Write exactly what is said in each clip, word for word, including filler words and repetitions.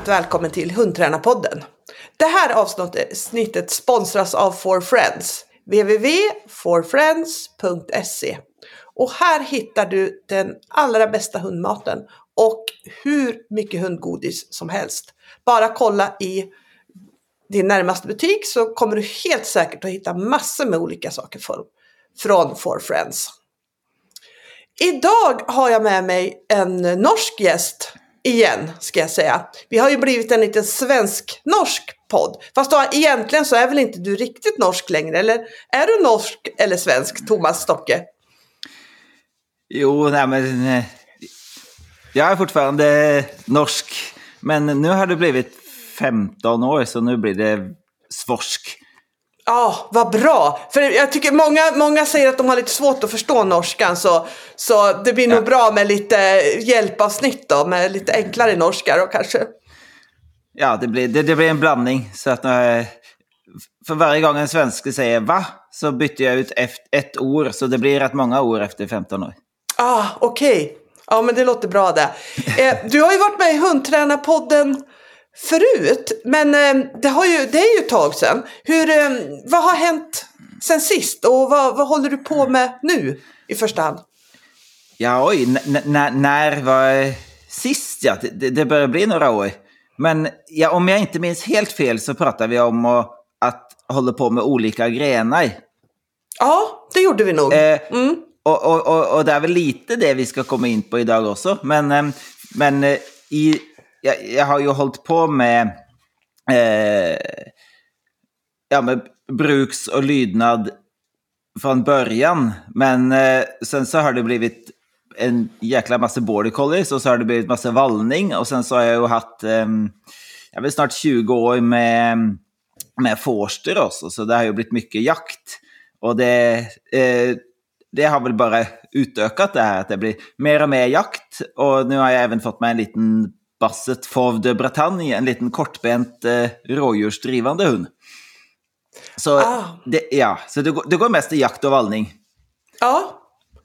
varmt välkommen till Hundtränarpodden. Det här avsnittet sponsras av For Friends, w w w punkt for friends punkt se. Och här hittar du den allra bästa hundmaten och hur mycket hundgodis som helst. Bara kolla i din närmaste butik så kommer du helt säkert att hitta massor med olika saker från For Friends. Idag har jag med mig en norsk gäst igen, ska jag säga. Vi har ju blivit en liten svensk-norsk podd. Fast då, egentligen så är väl inte du riktigt norsk längre, eller är du norsk eller svensk, Thomas Stocke? Jo, nej men jag är fortfarande norsk, men nu har det blivit femton år så nu blir det svorsk. Ja, oh, vad bra. För jag tycker många, många säger att de har lite svårt att förstå norskan, så, så det blir nog ja. bra med lite hjälpavsnitt då, med lite enklare norska då kanske. Ja, det blir, det, det blir en blandning. Så att för varje gång en svensk säger va, så byter jag ut ett, ett år, så det blir rätt många år efter femton år. Ah, okej. Okay. Ja, men det låter bra det. Eh, du har ju varit med i Hundtränarpodden förut, men eh, det, har ju, det är ju ett tag sedan. Hur, eh, vad har hänt sen sist och vad, vad håller du på med nu i första hand? Ja, oj, n- n- när var sist? Ja, det, det börjar bli några år. Men ja, om jag inte minns helt fel så pratar vi om att, att hålla på med olika grenar. Ja, det gjorde vi nog. Eh, mm. och, och, och, och det är väl lite det vi ska komma in på idag också. Men, eh, men eh, i... Jag, jag har ju hållit på med, eh, ja, med bruks- och lydnad från början. Men eh, sen så har det blivit en jäkla massa border collies och så har det blivit massa vallning. Och sen så har jag ju haft eh, jag vet, snart tjugo år med, med forster också. Så det har ju blivit mycket jakt. Och det, eh, det har väl bara utökat det här att det blir mer och mer jakt. Och nu har jag även fått med en liten Basset Fauve de Bretagne, en liten kortbent eh, rådjursdrivande hund. Så, ah. det, ja, så det, går, det går mest i jakt och vallning. Ja,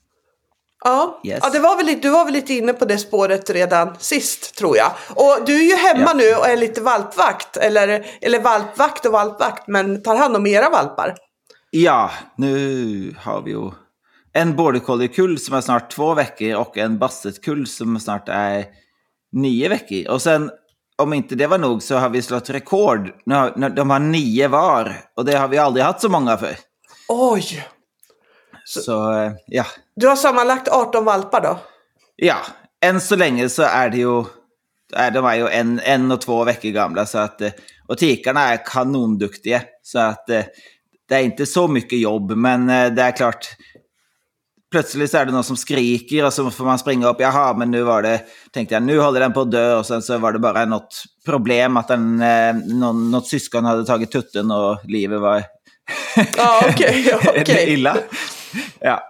ja. Yes. Ja, det var väl, du var väl lite inne på det spåret redan sist, tror jag. Och du är ju hemma ja. nu och är lite valpvakt, eller, eller valpvakt och valpvakt, men tar hand om era valpar. Ja, nu har vi ju en border collie-kull som är snart två veckor och en basset-kull som snart är nio veckor. Och sen, om inte det var nog, så har vi slått rekord. Nu har, de har nio var. Och det har vi aldrig haft så många för. Oj! Så, så ja. Du har sammanlagt arton valpar då? Ja, än så länge så är det ju... De är ju en, en och två veckor gamla. Så att, och tikarna är kanonduktiga. Så att det är inte så mycket jobb. Men det är klart... Plötsligt så är det någon som skriker och så får man springa upp. Jaha, men nu var det, tänkte jag, nu håller den på att dö. Och sen så var det bara något problem att den, eh, någon, något syskon hade tagit tutten och livet var ah, okay, okay. illa. Ja.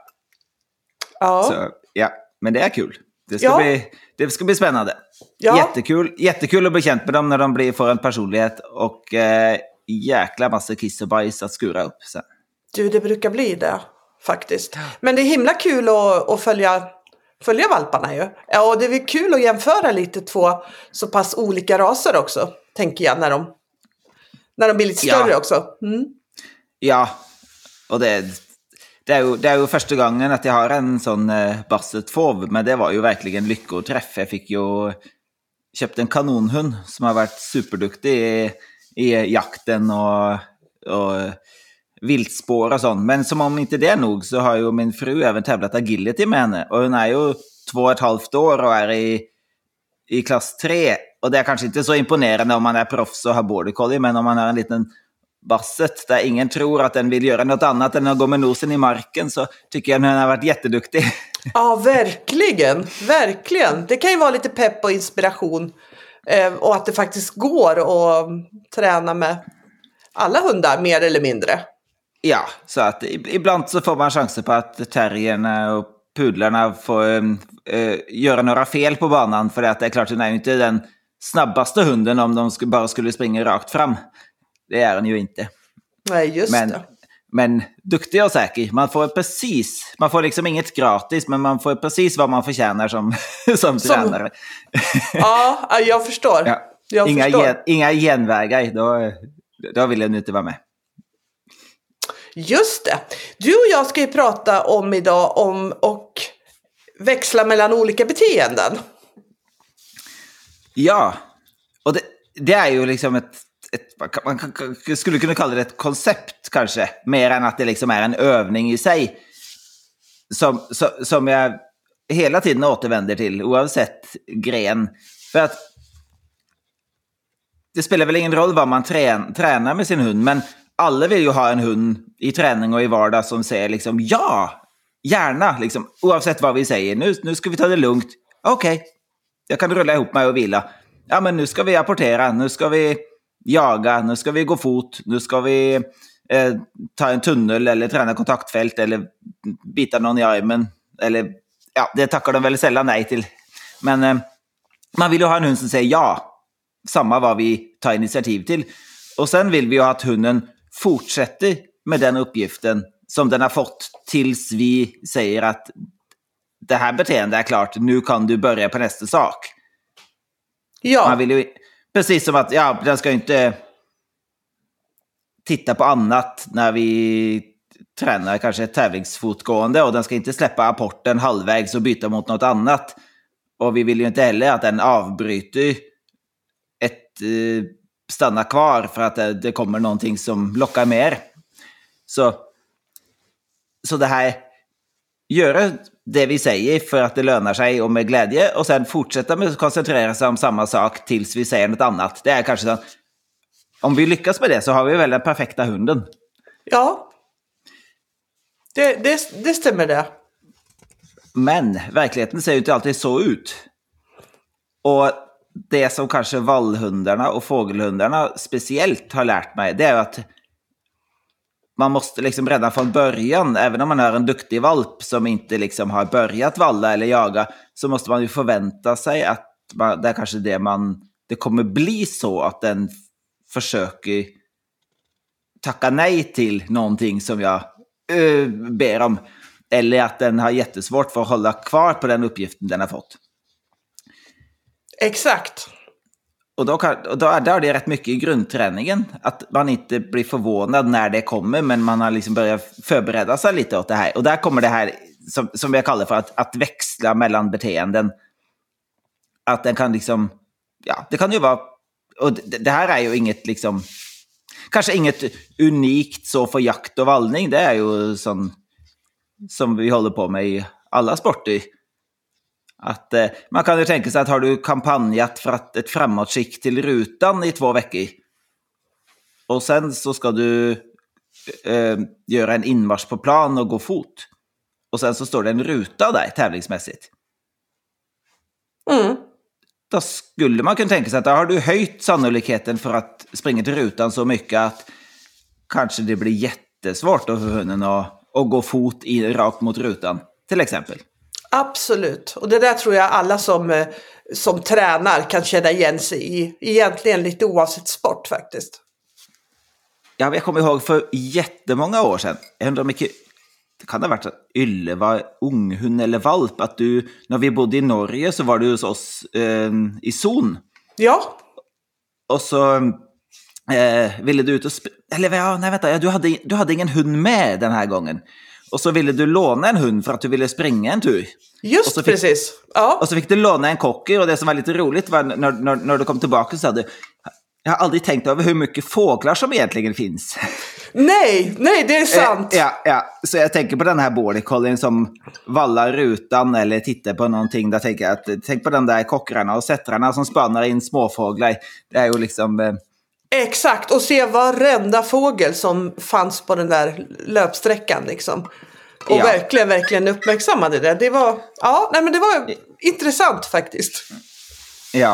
Ja. Så, ja, men det är kul. Det ska, ja. bli, det ska bli spännande. Ja. Jättekul, jättekul att bli känt med dem när de blir, får en personlighet. Och eh, jäkla massa kiss och bajs att skura upp sen. Du, det brukar bli det. Faktiskt. Men det är himla kul att, att följa, följa valparna ju. Ja, och det är kul att jämföra lite två så pass olika raser också, tänker jag, när de, när de blir lite större ja. också. Mm. Ja, och det, det, är ju, det är ju första gången att jag har en sån eh, Basset Fauve, men det var ju verkligen lyckoträff. Jag fick ju köpt en kanonhund som har varit superduktig i, i jakten och... och viltspår och sånt. Men som om inte det är nog så har ju min fru även tävlat agility med henne. Och hon är ju två och ett halvt år och är i, i klass tre. Och det är kanske inte så imponerande om man är proffs och har border collie. Men om man har en liten basset där ingen tror att den vill göra något annat än att gå med nosen i marken, så tycker jag att den har varit jätteduktig. Ja, verkligen. Verkligen. Det kan ju vara lite pepp och inspiration. Eh, och att det faktiskt går att träna med alla hundar mer eller mindre. Ja, så att ibland så får man chanser på att terrierna och pudlarna får äh, göra några fel på banan. För att det är klart, den är ju inte den snabbaste hunden om de sk- bara skulle springa rakt fram. Det är den ju inte. Nej, just men, det. Men duktig och säker. Man får precis, man får liksom inget gratis, men man får precis vad man förtjänar som, som, som tränare. Ja, jag förstår. Ja. Jag inga, förstår. gen, inga genvägar, då, då vill jag nu inte vara med. Just det. Du och jag ska ju prata om idag om och växla mellan olika beteenden. Ja, och det, det är ju liksom ett, ett man skulle kunna kalla det ett koncept kanske, mer än att det liksom är en övning i sig som, som, som jag hela tiden återvänder till oavsett gren. För att det spelar väl ingen roll vad man trän, tränar med sin hund, men alla vill ju ha en hund i träning och i vardag som säger liksom ja, gärna, liksom, oavsett vad vi säger. Nu, nu ska vi ta det lugnt. Okej, okay, jag kan rulla ihop mig och vila. Ja, men nu ska vi apportera, nu ska vi jaga, nu ska vi gå fot, nu ska vi eh, ta en tunnel eller träna kontaktfält eller bita någon i armen. Eller, ja, det tackar de väl sällan nej till. Men eh, man vill ju ha en hund som säger ja, samma vad vi tar initiativ till. Och sen vill vi ju att hunden fortsätter med den uppgiften som den har fått tills vi säger att det här beteendet är klart, nu kan du börja på nästa sak. Ja. Man vill ju, precis som att ja, den ska inte titta på annat när vi tränar kanske ett tävlingsfotgående, och den ska inte släppa apporten halvvägs och byta mot något annat. Och vi vill ju inte heller att den avbryter ett eh, stanna kvar för att det, det kommer någonting som lockar mer. Så, så det här, göra det vi säger för att det lönar sig och med glädje, och sen fortsätta med att koncentrera sig om samma sak tills vi säger något annat. Det är kanske så, om vi lyckas med det så har vi väl den perfekta hunden. Ja, det, det, det stämmer det. Men verkligheten ser ju inte alltid så ut. Och det som kanske vallhundarna och fågelhundarna speciellt har lärt mig, det är att man måste liksom redan från början, även om man är en duktig valp som inte liksom har börjat valla eller jaga, så måste man ju förvänta sig att man, det är kanske det man, det kommer bli så att den försöker tacka nej till någonting som jag uh, ber om, eller att den har jättesvårt för att hålla kvar på den uppgiften den har fått. Exakt. Och då, kan, och då, är, då är det rätt mycket i grundträningen, att man inte blir förvånad när det kommer, men man har liksom börjat förbereda sig lite åt det här. Och där kommer det här som, som jag kallar för att, att växla mellan beteenden. Att den kan liksom, ja, det kan ju vara, och det, det här är ju inget liksom, kanske inget unikt så för jakt och vallning, det är ju sån, som vi håller på med i alla sporter. Att eh, man kan ju tänka sig att har du kampanjat för att ett framåtskick till rutan i två veckor, och sen så ska du eh, göra en inmarsch på plan och gå fot, och sen så står det en ruta där tävlingsmässigt. Mm. Då skulle man kunna tänka sig att då har du höjt sannolikheten för att springa till rutan så mycket att kanske det blir jättesvårt för hunden att, att gå fot i, rakt mot rutan till exempel. Absolut. Och det där tror jag alla som, som tränar kan känna igen sig i. Egentligen lite oavsett sport faktiskt. Ja, jag kommer ihåg för jättemånga år sedan. Jag undrar mycket, det kan ha varit Ylle var unghund eller valp. Att du, när vi bodde i Norge så var du hos oss eh, i zon. Ja. Och så eh, ville du ut och... Sp- eller ja, nej vänta, ja, du, hade, du hade ingen hund med den här gången. Och så ville du låna en hund för att du ville springa en tur. Just och så fick, precis. Ja. Och så fick du låna en cocker. Och det som var lite roligt var när, när, när du kom tillbaka så hade jag har aldrig tänkt över hur mycket fåglar som egentligen finns. Nej, nej det är sant. Eh, ja, ja, så jag tänker på den här border collien som vallar rutan eller tittar på någonting. Där tänker jag att, tänk på den där kockrarna och sättrarna som spanar in småfåglar. Det är ju liksom... Eh, Exakt, och se varenda fågel som fanns på den där löpsträckan liksom. Och ja. verkligen, verkligen uppmärksammade det. Det var, ja, nej men det var intressant faktiskt. Ja.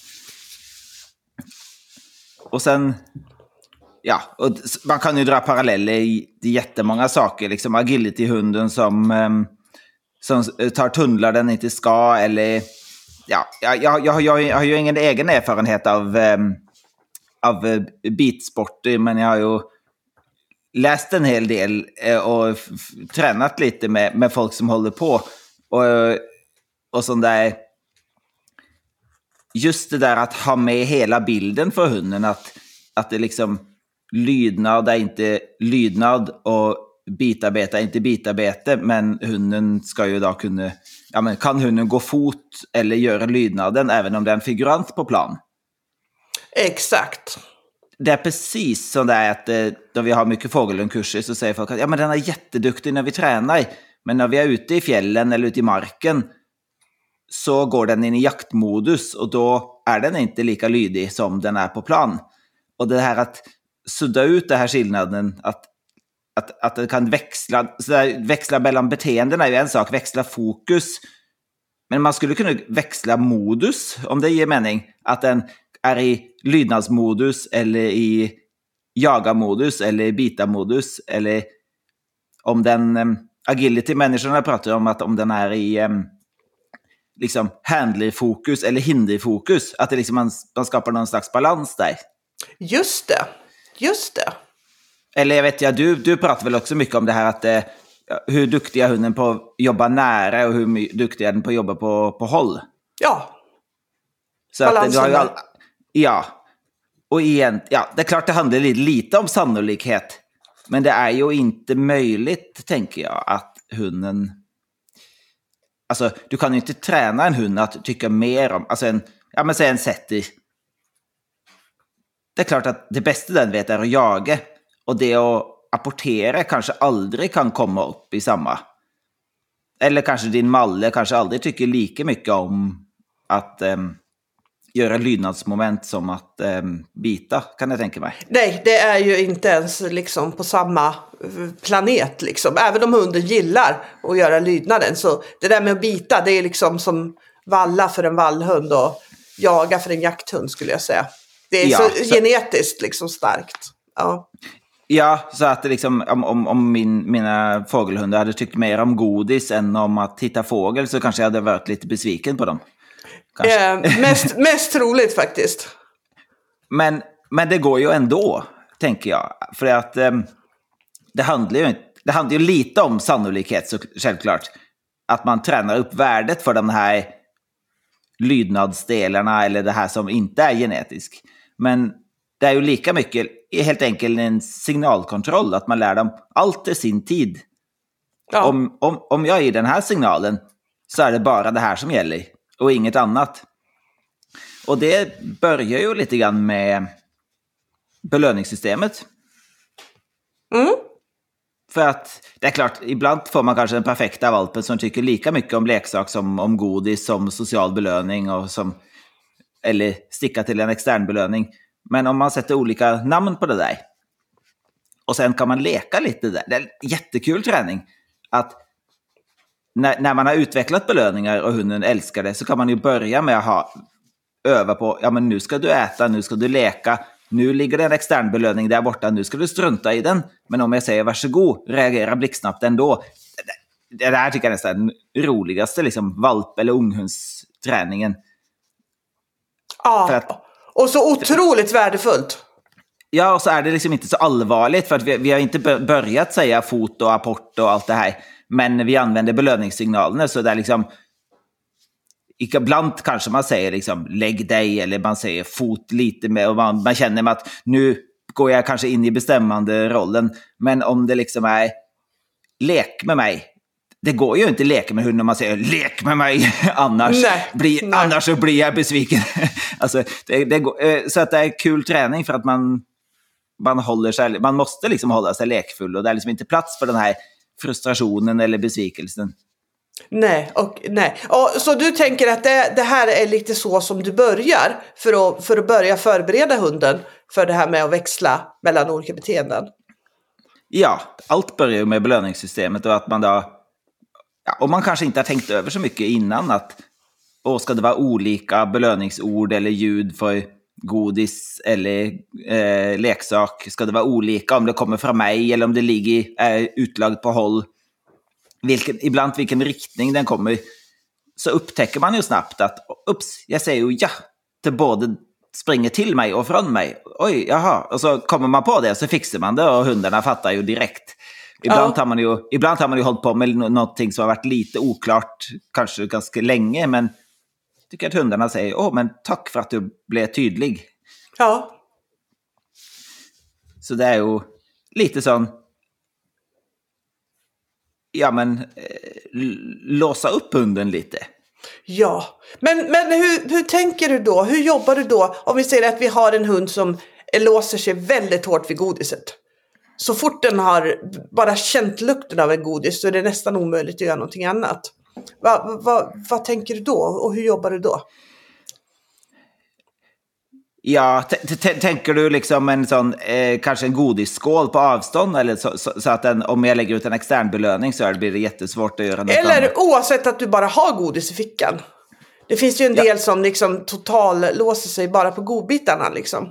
Och sen, ja, och man kan ju dra paralleller i jättemånga saker. Liksom agility-hunden som, som tar tunnlar den inte ska. Eller, ja, jag, jag, jag, jag har ju ingen egen erfarenhet av... av bitsporter, men jag har ju läst en hel del och f- tränat lite med, med folk som håller på och, och sån där just det där att ha med hela bilden för hunden, att, att det liksom lydnad är inte lydnad och bitarbete är inte bitarbete, men hunden ska ju då kunna, ja men kan hunden gå fot eller göra lydnaden även om det är en figurant på plan? Exakt. Det är precis som det är att då vi har mycket fågelkurser så säger folk att ja men den är jätteduktig när vi tränar, men när vi är ute i fjällen eller ute i marken så går den in i jaktmodus och då är den inte lika lydig som den är på plan. Och det här att sudda ut den här skillnaden, att, att, att det kan växla, så där, växla mellan beteenden är ju en sak, växla fokus, men man skulle kunna växla modus om det ger mening, att den är i lydnadsmodus eller i jagamodus eller i bitamodus, eller om den um, agility-människorna pratar om att om den är i um, liksom handler-fokus eller hinder-fokus, att det liksom man, man skapar någon slags balans där. Just det, just det. Eller jag vet, ja, du, du pratar väl också mycket om det här att eh, hur duktig är hunden på att jobba nära och hur duktig är den på att jobba på, på håll. Ja. Så att du har ju all, ja. Och igen, ja, det är klart det handlar lite, lite om sannolikhet, men det är ju inte möjligt, tänker jag, att hunden, alltså du kan ju inte träna en hund att tycka mer om, alltså en, ja men säg en setter. Det är klart att det bästa den vet är att jaga, och det att apportera kanske aldrig kan komma upp i samma. Eller kanske din malle kanske aldrig tycker lika mycket om att um, göra lydnadsmoment som att um, bita, kan jag tänka mig. Nej, det är ju inte ens liksom på samma planet liksom. Även om hunden gillar att göra lydnaden, så det där med att bita, det är liksom som valla för en vallhund och jaga för en jakthund, skulle jag säga. Det är ja, så, så genetiskt liksom starkt. Ja. Ja, så att det liksom, om, om, om min, mina fågelhundar hade tyckt mer om godis än om att hitta fågel, så kanske jag hade varit lite besviken på dem. Eh, mest, mest troligt faktiskt. Men, men det går ju ändå, tänker jag. För att eh, det handlar ju, det handlar ju lite om sannolikhet, så självklart. Att man tränar upp värdet för de här lydnadsdelarna eller det här som inte är genetisk. Men det är ju lika mycket helt enkelt en signalkontroll, att man lär dem allt i sin tid. Ja. Om, om, om jag är i den här signalen så är det bara det här som gäller och inget annat. Och det börjar ju lite grann med belöningssystemet. Mm. För att det är klart, ibland får man kanske den perfekta valpen som tycker lika mycket om leksak som om godis, som social belöning och som, eller sticka till en extern belöning. Men om man sätter olika namn på det där och sen kan man leka lite där. Det är jättekul träning. Att när, när man har utvecklat belöningar och hunden älskar det, så kan man ju börja med att ha, öva på, ja men nu ska du äta, nu ska du leka, nu ligger det en extern belöning där borta, nu ska du strunta i den. Men om jag säger varsågod, reagera blixtsnabbt ändå. Det, det här tycker jag nästan är den roligaste liksom, valp- eller unghundsträningen. Ja. För att, och så otroligt värdefullt. Ja, och så är det liksom inte så allvarligt, för att vi, vi har inte börjat säga fot och apport och allt det här, men vi använder belöningssignalerna, så det är liksom, ibland kanske man säger liksom lägg dig, eller man säger fot lite med, och man, man känner med att nu går jag kanske in i bestämmande rollen, men om det liksom är lek med mig, det går ju inte leka med hunden om man säger lek med mig, annars, nej, blir, nej. annars så blir jag besviken. Alltså, det, det går, så att det är kul träning, för att man, man, håller sig, man måste liksom hålla sig lekfull, och det är liksom inte plats för den här frustrationen eller besvikelsen. Nej, och, nej. Och, så du tänker att det, det här är lite så som du börjar för att, för att börja förbereda hunden för det här med att växla mellan olika beteenden? Ja, allt börjar med belöningssystemet, och att man då, ja, och man kanske inte har tänkt över så mycket innan att och ska det vara olika belöningsord eller ljud för godis eller eh, leksak? Ska det vara olika om det kommer från mig eller om det ligger är utlagd på håll? Vilken, ibland vilken riktning den kommer, så upptäcker man ju snabbt att ups, jag säger ju ja till både springer till mig och från mig. Oj, jaha. Och så kommer man på det, så fixar man det, och hundarna fattar ju direkt. Ibland, ja. har man ju, ibland har man ju hållit på med någonting som har varit lite oklart, kanske ganska länge, men tycker att hundarna säger, åh men tack för att du blev tydlig. Ja. Så det är ju lite sån, ja men, låsa upp hunden lite. Ja, men, men hur, hur tänker du då? Hur jobbar du då? Om vi säger att vi har en hund som låser sig väldigt hårt vid godiset. Så fort den har bara känt lukten av en godis så är det nästan omöjligt att göra någonting annat. Va, va, vad tänker du då och hur jobbar du då? Ja, t- t- tänker du liksom en sån, eh, kanske en godisskål på avstånd eller så, så, så att den, om jag lägger ut en extern belöning så blir det jättesvårt att göra något Eller annat. Oavsett att du bara har godis i fickan. Det finns ju en Ja. del som liksom total låser sig bara på godbitarna liksom.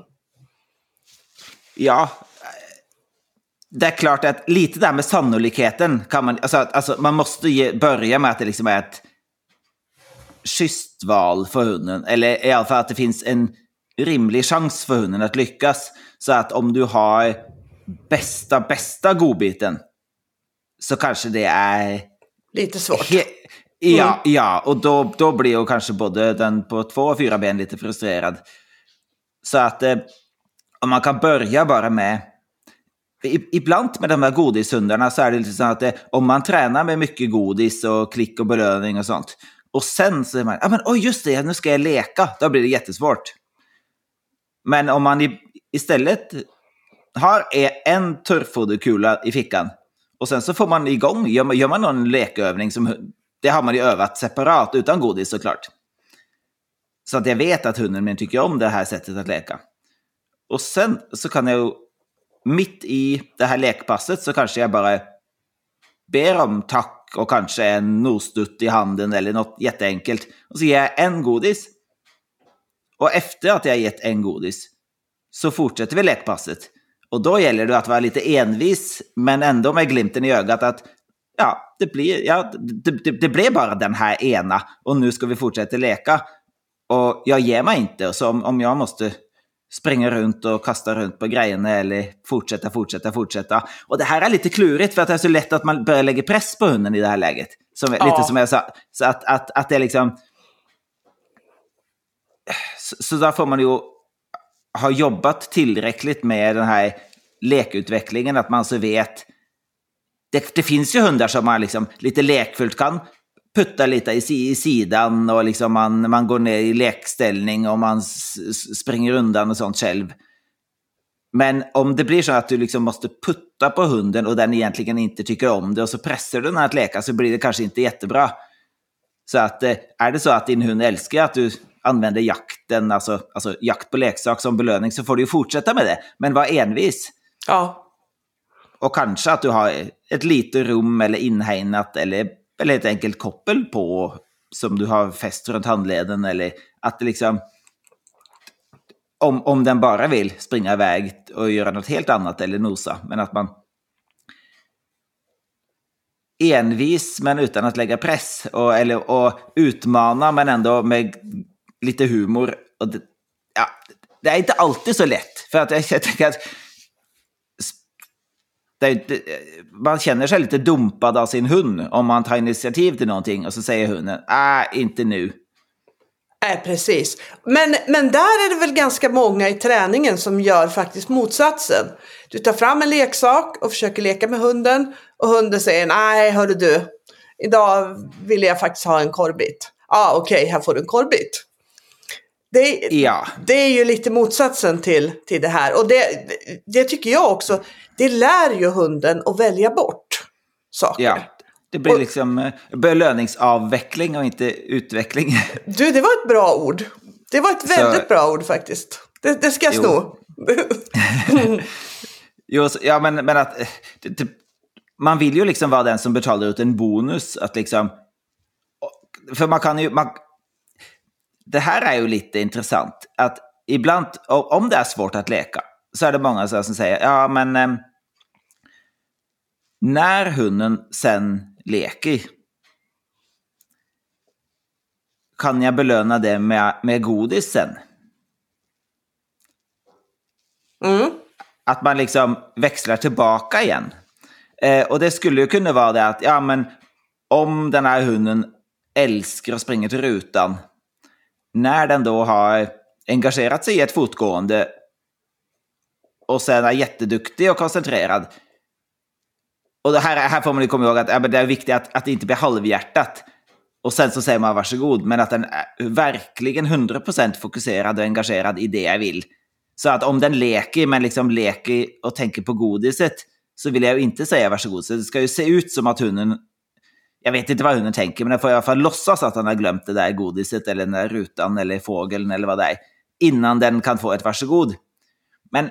Ja, det är klart att lite där med sannolikheten kan man, alltså, alltså man måste ge, börja med att det liksom är ett schysst val för hunden, eller i alla fall att det finns en rimlig chans för hunden att lyckas, så att om du har bästa, bästa godbiten så kanske det är Lite svårt. He- ja, Mm. ja, och då, då blir ju kanske både den på två och fyra ben lite frustrerad. Så att eh, om man kan börja bara med, i, ibland med de här godishundarna så är det lite så att det, om man tränar med mycket godis och klick och belöning och sånt, och sen så är man, ja men oj just det, nu ska jag leka, då blir det jättesvårt. Men om man i, istället har en turffoderkula i fickan och sen så får man igång, gör man, gör man någon lekövning som, det har man ju övat separat utan godis såklart. Så att jag vet att hunden min tycker om det här sättet att leka. Och sen så kan jag ju, mitt i det här lekpasset så kanske jag bara ber om tack och kanske en nosdutt i handen eller något jätteenkelt. Och så ger jag en godis. Och efter att jag har gett en godis så fortsätter vi lekpasset. Och då gäller det att vara lite envis men ändå med glimten i ögat att ja, det blir, ja, det, det, det blir bara den här ena och nu ska vi fortsätta leka. Och jag ger mig inte, så om, om jag måste springa runt och kasta runt på grejerna eller fortsätta, fortsätta, fortsätta. Och det här är lite klurigt för att det är så lätt att man börjar lägga press på hunden i det här läget. Som, ja. Lite som jag sa, så att, att, att det är liksom... Så, så där får man ju ha jobbat tillräckligt med den här lekutvecklingen att man så vet... Det, det finns ju hundar som man liksom lite lekfullt kan putta lite i, i sidan och liksom man, man går ner i lekställning och man s, springer undan och sånt själv. Men om det blir så att du liksom måste putta på hunden och den egentligen inte tycker om det och så pressar du den att leka så blir det kanske inte jättebra. Så att är det så att din hund älskar att du använder jakten, alltså, alltså jakt på leksak som belöning, så får du ju fortsätta med det. Men var envis. Ja. Och kanske att du har ett litet rum eller inhägnat eller, eller ett enkelt koppel på som du har fäst runt handleden, eller att det liksom om, om den bara vill springa iväg och göra något helt annat eller nosa, men att man envis men utan att lägga press och, eller, och utmana men ändå med lite humor. Och det, ja, det är inte alltid så lätt, för att jag, jag tänker att det, man känner sig lite dumpad av sin hund om man tar initiativ till någonting och så säger hunden, ah, inte nu. Nej, precis. Men, men där är det väl ganska många i träningen som gör faktiskt motsatsen. Du tar fram en leksak och försöker leka med hunden och hunden säger, nej hörru du, idag vill jag faktiskt ha en korvbit. Ja, ah, okej, okay, här får du en korvbit. Det, ja. det är ju lite motsatsen till, till det här. Och det, det tycker jag också, det lär ju hunden att välja bort saker. Ja, det blir och, liksom belöningsavveckling och inte utveckling. Du, det var ett bra ord. Det var ett väldigt så, bra ord faktiskt. Det, det ska jag sno. Jo, ja, men, men att det, det, man vill ju liksom vara den som betalar ut en bonus. Att liksom, för man kan ju... Man, det här är ju lite intressant. Att ibland, om det är svårt att leka, så är det många som säger, ja men eh, när hunden sen leker kan jag belöna det med, med godis sen. Mm. Att man liksom växlar tillbaka igen. Eh, och det skulle ju kunna vara det att, ja men om den här hunden älskar att springa till rutan, när den då har engagerat sig i ett fotgående och sen är jätteduktig och koncentrerad. Och det här, här får man ju komma ihåg att ja, det är viktigt att, att det inte blir halvhjärtat. Och sen så säger man varsågod, men att den är verkligen hundra procent fokuserad och engagerad i det jag vill. Så att om den leker, men liksom leker och tänker på godiset, så vill jag ju inte säga varsågod. Så det ska ju se ut som att hunden, jag vet inte vad hunden tänker, men den får i alla fall låtsas att han har glömt det där godiset eller den där rutan eller fågeln eller vad det är, innan den kan få ett varsågod. Men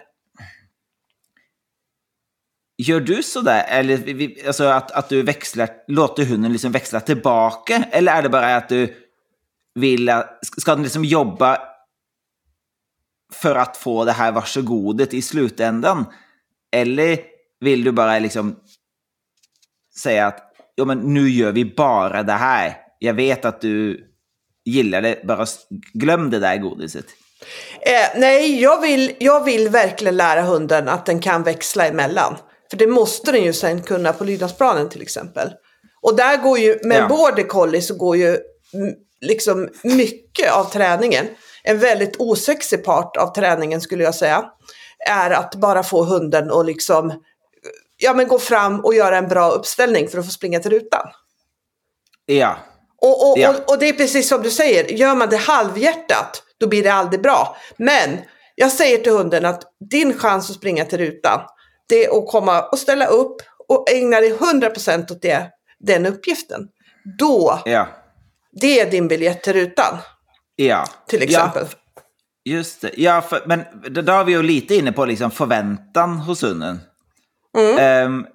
gör du så där, eller alltså att, att du växlar, låter hunden liksom växla tillbaka, eller är det bara att du vill, ska den liksom jobba för att få det här varsågodet i slutändan, eller vill du bara liksom säga att ja, men nu gör vi bara det här, jag vet att du gillar det, bara glöm det där godiset? Eh, nej, jag vill, jag vill verkligen lära hunden att den kan växla emellan. För det måste den ju sen kunna på lydnadsplanen till exempel. Och där går ju, med ja. border collie så går ju liksom mycket av träningen, en väldigt osexig part av träningen skulle jag säga, är att bara få hunden att liksom, ja men gå fram och göra en bra uppställning för att få springa till rutan. Ja. Och, och, ja. och, och det är precis som du säger, gör man det halvhjärtat, då blir det aldrig bra. Men jag säger till hunden att din chans att springa till rutan, det är att komma och ställa upp och ägna dig hundra procent åt det, den uppgiften. Då, ja. det är din biljett till rutan. Ja. Till exempel. Ja, just det. Ja, för, men då är vi ju lite inne på liksom förväntan hos hunden. Mm. Um,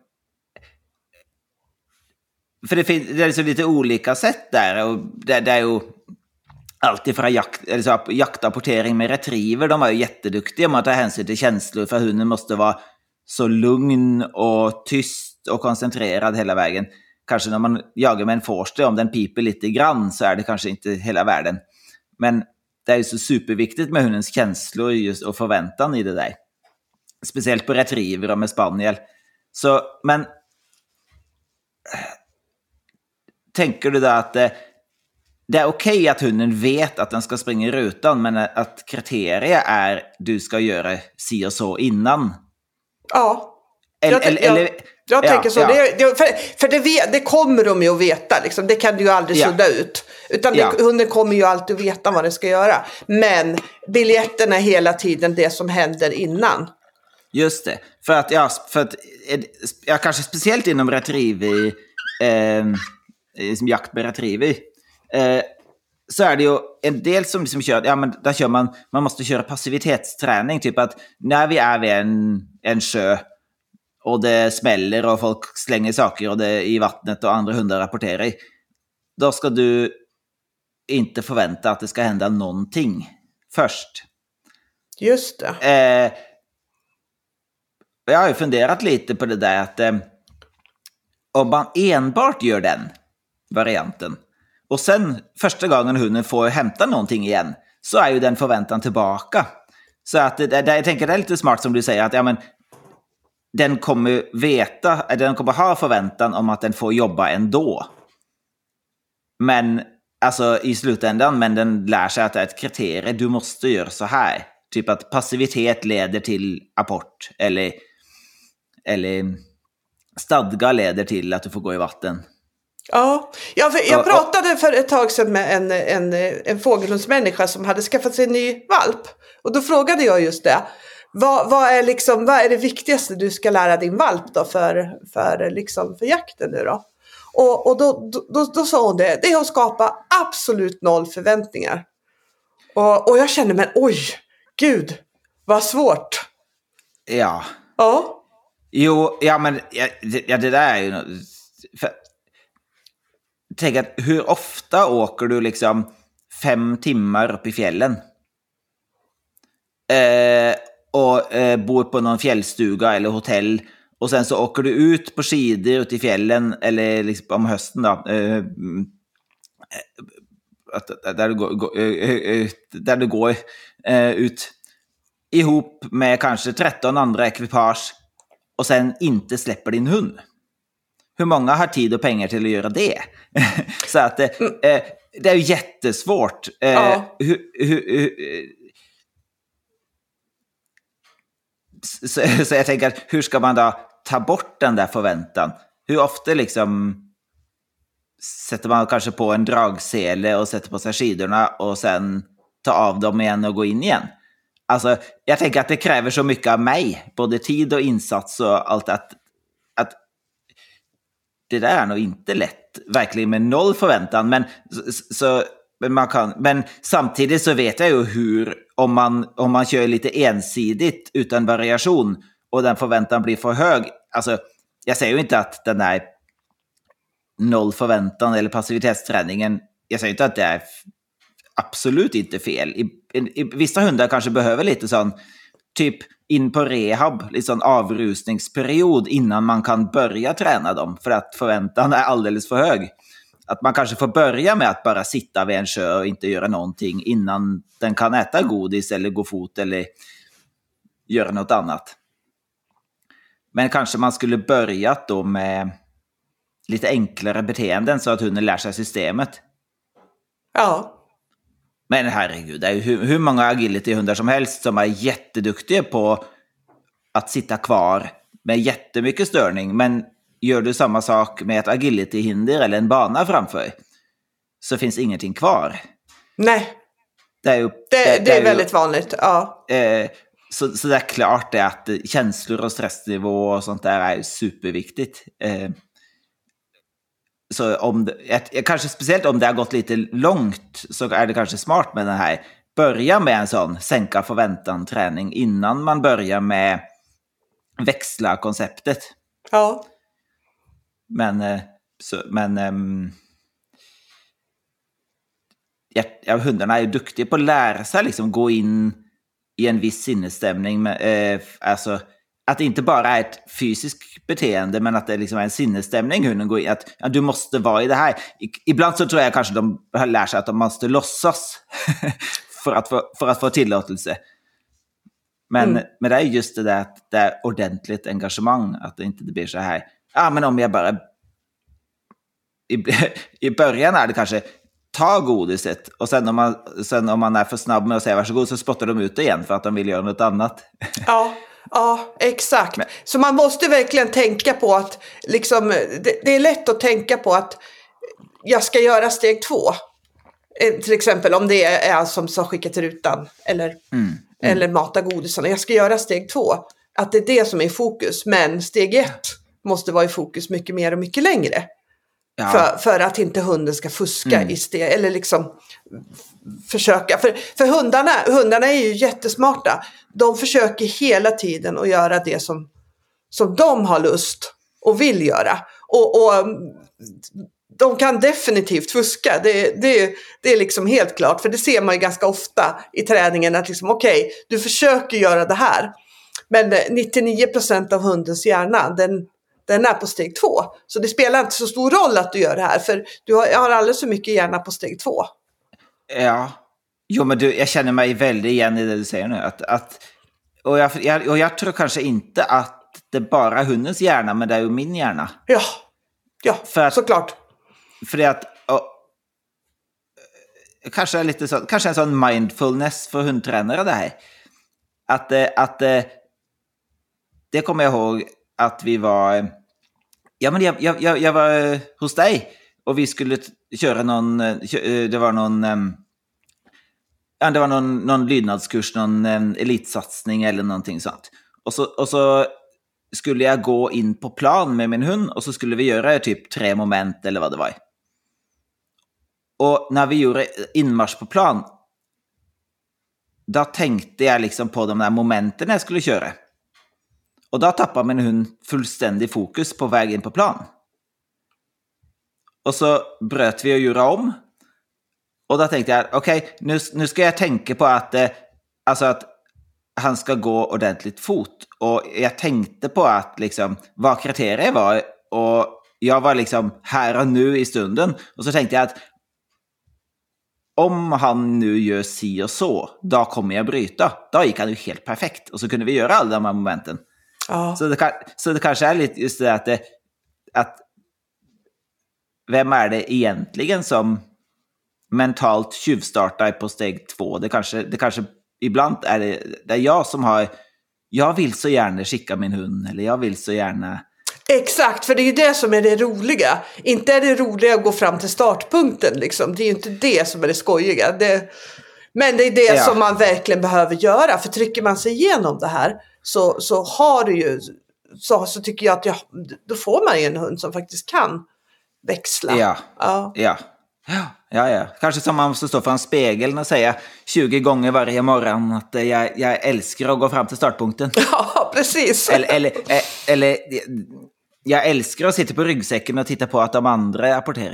för det finns det är liksom lite olika sätt där. Och det, det är ju alltid från jakt, eller så, jaktrapportering med retriever. De var ju jätteduktiga med att ta hänsyn till känslor. För hunden måste vara så lugn och tyst och koncentrerad hela vägen. Kanske när man jagar med en forster, om den piper lite grann så är det kanske inte hela världen. Men det är ju så superviktigt med hundens känslor just, och förväntan i det där. Speciellt på retriever och med spaniel. Så, men tänker du då att det, det är okej okay att hunden vet att den ska springa i rutan, men att kriteriet är du ska göra si och så innan? Ja. Eller, jag, eller, jag, eller, jag ja, tänker så. Ja. Det, det, för för det, vet, det kommer de ju att veta. Liksom. Det kan du ju aldrig Ja. sudda ut. Utan det, Ja. hunden kommer ju alltid att veta vad den ska göra. Men biljetten är hela tiden det som händer innan. Just det. För att, ja, för att ja, kanske speciellt inom retriever, eh, som jakt med retriever, eh, så är det ju en del som liksom kör, ja men där kör man, man måste köra passivitetsträning, typ att när vi är vid en, en sjö och det smäller och folk slänger saker och det i vattnet och andra hundar rapporterar, då ska du inte förvänta att det ska hända någonting först. Just det. Eh, jag har ju funderat lite på det där att eh, om man enbart gör den varianten och sen första gången hunden får hämta någonting igen, så är ju den förväntan tillbaka. Så att det, det, jag tänker det är lite smart som du säger att ja, men, den kommer veta, den kommer ha förväntan om att den får jobba ändå. Men alltså i slutändan, men den lär sig att det är ett kriterium, du måste göra så här. Typ att passivitet leder till apport, eller, eller stadga leder till att du får gå i vatten. Ja, jag, jag pratade för ett tag sedan med en, en, en fågelhundsmänniska som hade skaffat sig en ny valp. Och då frågade jag just det. Vad, vad, är, liksom, vad är det viktigaste du ska lära din valp då för, för, liksom för jakten nu då? Och, och då, då, då sa hon det. Det är att skapa absolut noll förväntningar. Och, och jag kände, men oj, gud, vad svårt. Ja. Ja. Jo, ja men ja, det, ja, det där är ju... För, tänk att hur ofta åker du liksom fem timmar upp i fjällen? Eh, och eh, bor på någon fjällstuga eller hotell. Och sen så åker du ut på skidor ut i fjällen, eller liksom om hösten då. Eh, där du går, där du går eh, ut ihop med kanske tretton andra ekipage och sen inte släpper din hund. Hur många har tid och pengar till att göra det? Så att eh, det är ju jättesvårt. Eh, Ja. hur, hur, hur, så, så jag tänker, hur ska man då ta bort den där förväntan? Hur ofta liksom sätter man kanske på en dragsele och sätter på sig skidorna och sen tar av dem igen och går in igen? Alltså, jag tänker att det kräver så mycket av mig, både tid och insats och allt, att, att det där är nog inte lätt, verkligen med noll förväntan. Men, så, men, man kan, men samtidigt så vet jag ju hur, om man, om man kör lite ensidigt utan variation och den förväntan blir för hög. Alltså, jag säger ju inte att den där noll förväntan eller passivitetsträningen, jag säger inte att det är absolut inte fel. I, i, i vissa hundar kanske behöver lite sån, typ in på rehab, lite sån avrusningsperiod innan man kan börja träna dem, för att förväntan är alldeles för hög. Att man kanske får börja med att bara sitta vid en sjö och inte göra någonting innan den kan äta godis eller gå fot eller göra något annat. Men kanske man skulle börja då med lite enklare beteenden så att hunden lär sig systemet. Ja. Men herregud, det är ju hur, hur många agility-hundar som helst som är jätteduktiga på att sitta kvar med jättemycket störning. Men gör du samma sak med ett agility-hinder eller en bana framför, så finns ingenting kvar. Nej, det är, ju, det, det, det, det är, är väldigt ju, vanligt. Ja. Eh, så, så det är klart det att känslor och stressnivå och sånt där är superviktigt. Eh, Så om det, kanske speciellt om det har gått lite långt, så är det kanske smart med den här. Börja med en sån sänka förväntan träning innan man börjar med växla konceptet. Ja. Men, så, men um, ja, hundarna är ju duktiga på att lära sig liksom gå in i en viss sinnesstämning. Med, eh, alltså att det inte bara är ett fysiskt beteende, men att det liksom är en sinnesstämning hunden går in. Att ja, du måste vara i det här. I, ibland så tror jag kanske de lär sig att de måste låtsas för, att få, för att få tillåtelse. Men, mm. men det är just det där att det är ordentligt engagemang. Att det inte blir så här. Ja, ah, men om jag bara... I, I början är det kanske ta godiset. Och sen om, man, sen om man är för snabb med att säga varsågod, så spottar de ut det igen för att de vill göra något annat. Ja. Ja, exakt. Men. Så man måste verkligen tänka på att liksom, det, det är lätt att tänka på att jag ska göra steg två. Till exempel om det är som så skicka till rutan eller, mm. Mm. eller mata godisarna. Jag ska göra steg två. Att det är det som är i fokus. Men steg ett måste vara i fokus mycket mer och mycket längre. Ja. För, för att inte hunden ska fuska mm. i steg, eller liksom försöka. För, för hundarna, hundarna är ju jättesmarta. De försöker hela tiden att göra det som, som de har lust och vill göra. Och, och de kan definitivt fuska. Det, det, det är liksom helt klart. För det ser man ju ganska ofta i träningen. Att liksom, okej, okay, du försöker göra det här. Men nittionio procent av hundens hjärna, den Den är på steg två. Så det spelar inte så stor roll att du gör det här. För du har, jag har alldeles så mycket hjärna på steg två. Ja. Jo, men du, jag känner mig väldigt igen i det du säger nu. Att, att, och, jag, jag, och jag tror kanske inte att det är bara hundens hjärna, men det är ju min hjärna. Ja, ja för att, såklart. För det att... Och, kanske, är lite så, kanske en sån mindfulness för hundtränare det här. Att, att det kommer jag ihåg att vi var... Ja, men jag, jag, jag var hos dig och vi skulle köra någon... Det var någon... Ja, det var någon, någon lydnadskurs, någon elitsatsning eller någonting sånt. Och så, och så skulle jag gå in på plan med min hund och så skulle vi göra typ tre moment eller vad det var. Och när vi gjorde inmarsch på plan, då tänkte jag liksom på de där momenten jag skulle köra. Och då tappade min hund fullständig fokus på väg in på plan. Och så bröt vi och gjorde om. Och då tänkte jag, okej, okay, nu, nu ska jag tänka på att, eh, alltså att han ska gå ordentligt fot. Och jag tänkte på att liksom, vad kriteriet var. Och jag var liksom här och nu i stunden. Och så tänkte jag att om han nu gör si och så, då kommer jag bryta. Då gick han ju helt perfekt. Och så kunde vi göra alla de här momenten. Ja. Så, det kan, så det kanske är lite just det att, det att vem är det egentligen som mentalt tjuvstarta på steg två. Det kanske, det kanske ibland är det, det är jag som har, jag vill så gärna skicka min hund, eller jag vill så gärna. Exakt, för det är ju det som är det roliga. Inte är det roliga att gå fram till startpunkten liksom. Det är ju inte det som är det skojiga. Det, men det är det ja. som man verkligen behöver göra. För trycker man sig igenom det här så, så har du ju så, så tycker jag att jag, då får man ju en hund som faktiskt kan växla. Ja, ja. ja. Ja, ja. Kanske som man måste stå för en spegel och säga tjugo gånger varje morgon att jag, jag älskar att gå fram till startpunkten. Ja, precis. Eller, eller, eller jag älskar att sitta på ryggsäcken och titta på att de andra apporterar.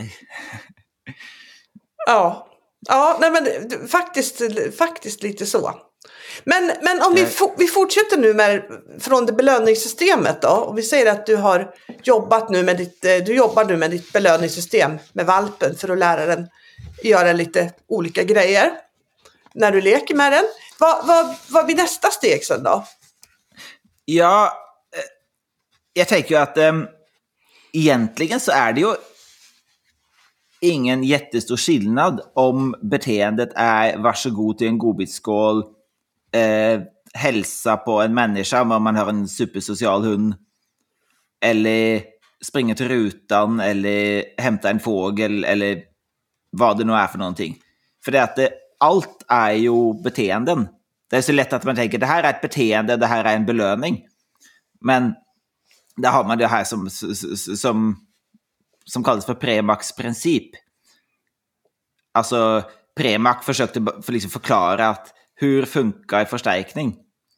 Ja, ja nej men faktiskt, faktiskt lite så. Men, men om vi, for, vi fortsätter nu med från det belöningssystemet då. Och vi säger att du har jobbat nu med ditt, du jobbar nu med ditt belöningssystem med valpen för att lära den göra lite olika grejer när du leker med den. Vad, vad, vad blir nästa steg sen då? Ja, jag tänker ju att äm, egentligen så är det ju ingen jättestor skillnad om beteendet är varsågod till en godbitsskål, eh, hälsa på en människa om man har en supersocial hund, eller springa till rutan, eller hämta en fågel, eller vad det nu är för någonting. För det att det, allt är ju beteenden. Det är så lätt att man tänker det här är ett beteende, det här är en belöning. Men där har man det här som, som, som kallas för Premacs princip. Alltså Premac försökte för liksom förklara att hur funkar förstärkning.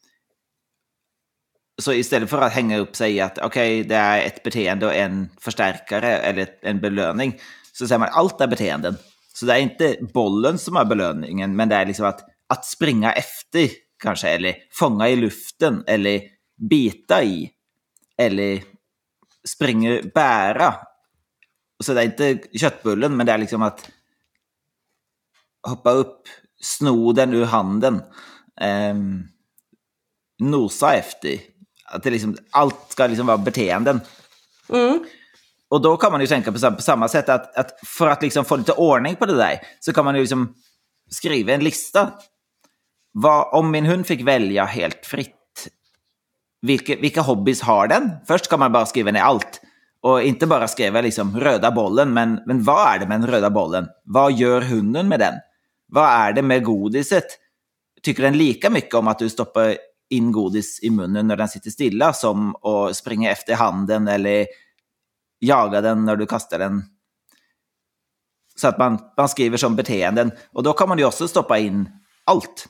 Så istället för att hänga upp sig i att okej, okay, det är ett beteende och en förstärkare eller en belöning, så säger man allt är beteenden. Så det är inte bollen som är belöningen, men det är liksom att, att springa efter kanske, eller fånga i luften, eller bita i, eller springa, bära. Så det är inte köttbullen, men det är liksom att hoppa upp, sno den ur handen, eh, nosa efter. Att det liksom, allt ska liksom vara beteenden. Mm. Och då kan man ju tänka på, på samma sätt att, att för att liksom få lite ordning på det där, så kan man ju liksom skriva en lista. Vad, om min hund fick välja helt fritt, vilka, vilka hobbies har den? Först kan man bara skriva ner allt. Och inte bara skriva liksom röda bollen, men, men vad är det med den röda bollen? Vad gör hunden med den? Vad är det med godiset? Tycker den lika mycket om att du stoppar in godis i munnen när den sitter stilla som att springa efter handen eller jaga den när du kastar den? Så att man, man skriver som beteenden. Och då kan man ju också stoppa in allt.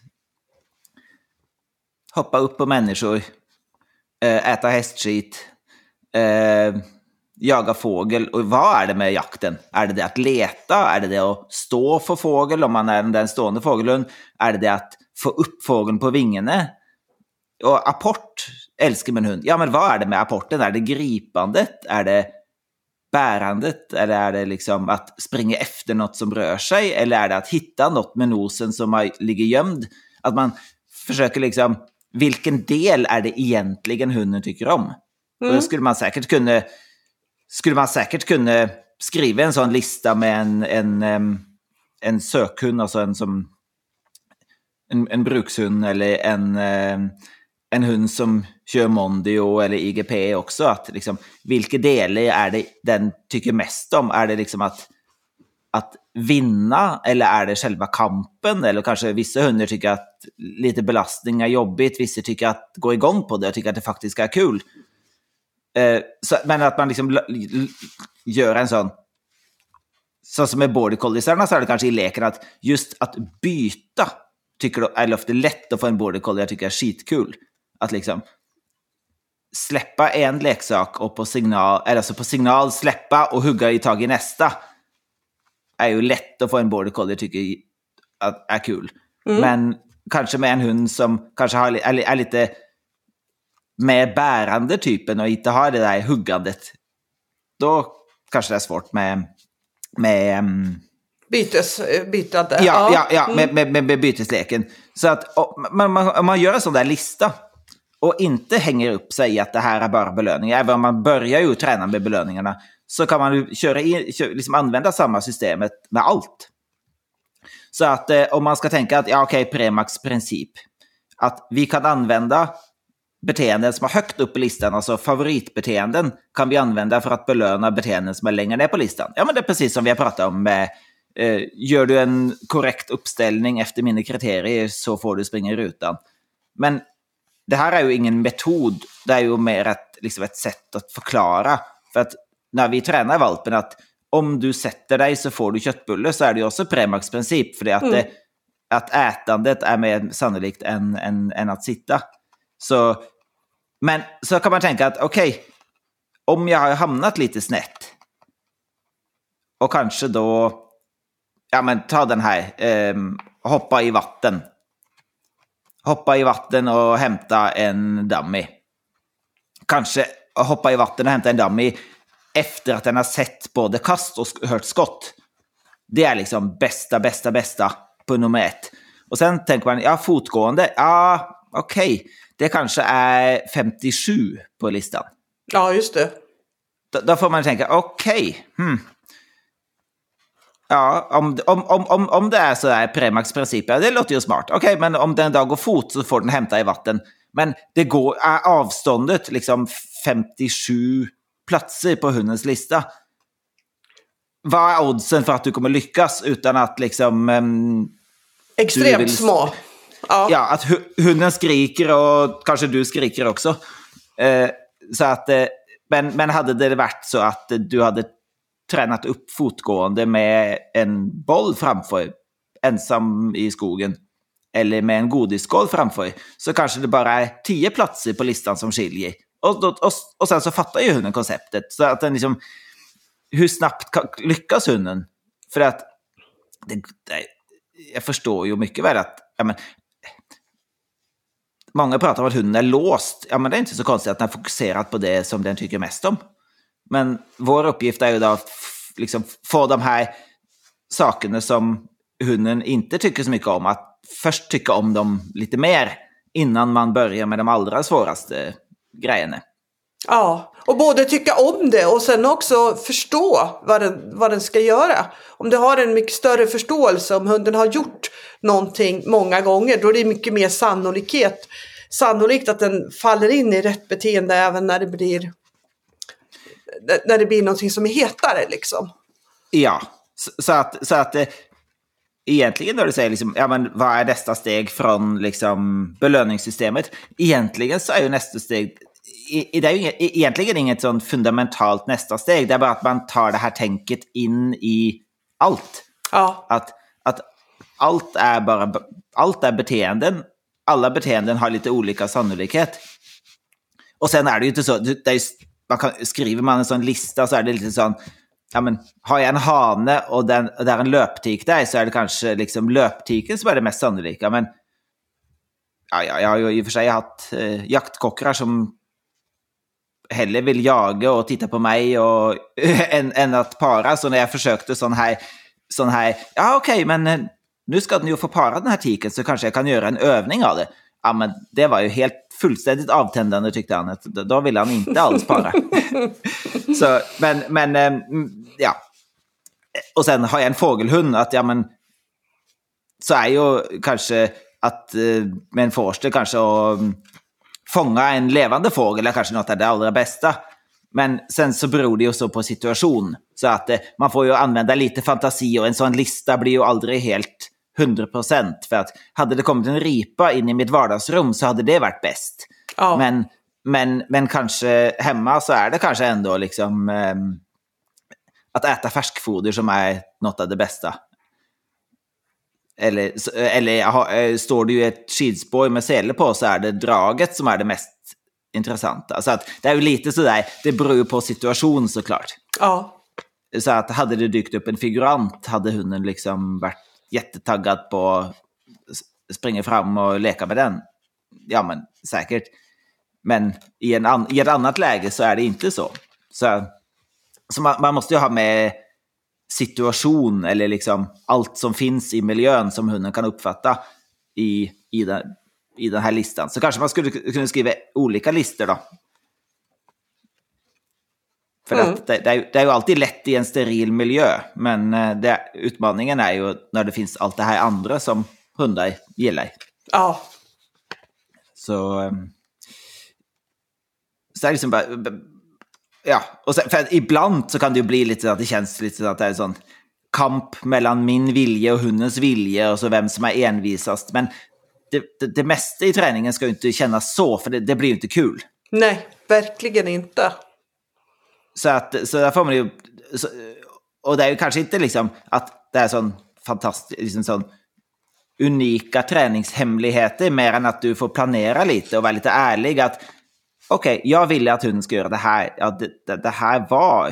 Hoppa upp på människor, äta hästskit, äh, jaga fågel. Och vad är det med jakten? Är det det att leta? Är det det att stå för fågel om man är den stående fågeln? Är det det att få upp fågeln på vingarna? Och apport älskar min hund. Ja, men vad är det med apporten? Är det gripandet? Är det bärandet? Eller är det liksom att springa efter något som rör sig? Eller är det att hitta något med nosen som ligger gömd? Att man försöker liksom, vilken del är det egentligen hunden tycker om? Mm. Och då skulle man säkert kunna skulle man säkert kunna skriva en sån lista med en, en, en, en sökhund, alltså en som en, en brukshund, eller en, en hund som kör Mondio eller I G P också, att liksom, vilka delar är det den tycker mest om? Är det liksom att, att vinna, eller är det själva kampen? Eller kanske vissa hundar tycker att lite belastning är jobbigt, vissa tycker att gå igång på det och tycker att det faktiskt är kul. Eh, så, men att man liksom l- l- gör en sån, så som med border colliesarna, så är det kanske i leken att just att byta tycker du är ofta lätt att få en border collie jag tycker är skitkul. Att liksom släppa en leksak och på signal, eller alltså på signal släppa och hugga i tag i nästa är ju lätt att få en border collie jag tycker att är kul. Mm. Men kanske med en hund som kanske har, är, är lite med bärande typen och inte har det där huggandet, då kanske det är svårt med med um... bytes bytande. Ja, ja, ja, mm. med, med, med bytesleken. Så att och, man, man, om man gör en sån där lista och inte hänger upp sig i att det här är bara belöningar, även om man börjar ju träna med belöningarna, så kan man ju köra in, köra, liksom använda samma systemet med allt. Så att eh, om man ska tänka att, ja okej, okay, Premax princip. Att vi kan använda beteenden som är högt upp i listan, alltså favoritbeteenden, kan vi använda för att belöna beteenden som är längre ner på listan. Ja, men det är precis som vi har pratat om med, eh, gör du en korrekt uppställning efter mina kriterier så får du springa i rutan. Men det här är ju ingen metod, det är ju mer ett, liksom ett sätt att förklara. För att när vi tränar valpen att om du sätter dig så får du köttbulle, så är det ju också Premax princip, för det att, mm. det, att ätandet är mer sannolikt än, än, än att sitta. Så, men så kan man tänka att okej, okay, om jag har hamnat lite snett och kanske då, ja men ta den här, eh, hoppa i vatten. Hoppa i vatten och hämta en dummy. Kanske hoppa i vatten och hämta en dummy efter att den har sett både kast och hört skott. Det är liksom bästa, bästa, bästa på nummer ett. Och sen tänker man, ja fotgående, ja okej. Okay. Det kanske är femtiosju på listan. Ja, just det. Då, då får man tänka, okej. Okay, hmm. Ja, om, om, om, om det är så här Premax princip, det låter ju smart. Okej, okay, men om den dag går fot så får den hämta i vatten. Men det går, är avståndet liksom femtiosju platser på hundens lista. Vad är oddsen för att du kommer lyckas utan att liksom... Um, Extremt vill... små. Ja. ja, att hu- hunden skriker och kanske du skriker också. Eh, så att, eh, men, men hade det varit så att du hade tränat upp fotgående med en boll framför, ensam i skogen, eller med en godisskål framför, så kanske det bara är tio platser på listan som skiljer. Och, och, och, och sen så fattar ju hunden konceptet. Så att den liksom, hur snabbt kan, lyckas hunden? För att det, det, jag förstår ju mycket väl att ja, men, många pratar om att hunden är låst. Ja, men det är inte så konstigt att den har fokuserat på det som den tycker mest om. Men vår uppgift är ju då att f- liksom få de här sakerna som hunden inte tycker så mycket om, att först tycka om dem lite mer innan man börjar med de allra svåraste grejerna. Ja, och både tycka om det och sen också förstå vad den, vad den ska göra. Om du har en mycket större förståelse, om hunden har gjort någonting många gånger, då är det mycket mer sannolikhet, sannolikt att den faller in i rätt beteende även när det blir när det blir någonting som är hetare liksom. Ja, så, så att, så att eh, egentligen då du säger liksom, ja men vad är nästa steg från liksom belöningssystemet? Egentligen så är ju nästa steg det är ju egentligen inget sånt fundamentalt nästa steg. Det är bara att man tar det här tänket in i allt. Ja. Att, att allt är bara allt är beteenden. Alla beteenden har lite olika sannolikhet. Och sen är det ju inte så, det är, man kan, skriver man en sån lista så är det lite sån, ja men har jag en hane och, den, och där är en löptik där, så är det kanske liksom löptiken som är det mest sannolika. Men ja, ja, jag har ju i och för sig haft eh, jaktkockar som hellre vill jaga och titta på mig och, än, än att para. Så när jag försökte sån här, sån här ja okej, okay, men nu ska den ju få para den här tiken, så kanske jag kan göra en övning av det. Ja, men det var ju helt fullständigt avtändande, tyckte han. Då ville han inte alls para. Så, men, men ja. Och sen har jag en fågelhund, att ja men så är ju kanske att med en forster kanske att fånga en levande fågel är kanske något av det allra bästa. Men sen så beror det ju så på situation. Så att eh, man får ju använda lite fantasi, och en sån lista blir ju aldrig helt hundra procent. För att hade det kommit en ripa in i mitt vardagsrum så hade det varit bäst. Ja. Men, men, men kanske hemma så är det kanske ändå liksom eh, att äta färskfoder som är något av det bästa. Eller, eller ha, står det ju ett skidspår med sele på, så är det draget som är det mest intressanta. Alltså att det är ju lite sådär, det beror ju på situation såklart. Ja. Så att hade det dykt upp en figurant hade hunden liksom varit jättetaggad på att springa fram och leka med den. Ja men säkert. Men i, en an, i ett annat läge så är det inte så. Så, så man, man måste ju ha med situation eller liksom allt som finns i miljön som hunden kan uppfatta i, i, den, i den här listan. Så kanske man skulle kunna skriva olika listor då. För mm. att det, det, är, det är ju alltid lätt i en steril miljö, men det, utmaningen är ju när det finns allt det här andra som hundar gillar. Ja. Så, så är det liksom bara, ja, och sen, för ibland så kan det ju bli lite så att det känns lite så att det är en sån kamp mellan min vilja och hundens vilja och så vem som är envisast, men det, det, det mesta i träningen ska ju inte kännas så, för det, det blir ju inte kul. Nej, verkligen inte. Så att så där får man ju så, och det är ju kanske inte liksom att det är sån fantastisk liksom sån unika träningshemligheter mer än att du får planera lite och vara lite ärlig att okej, okay, jag ville att hunden ska göra det här. Ja, det, det, det här var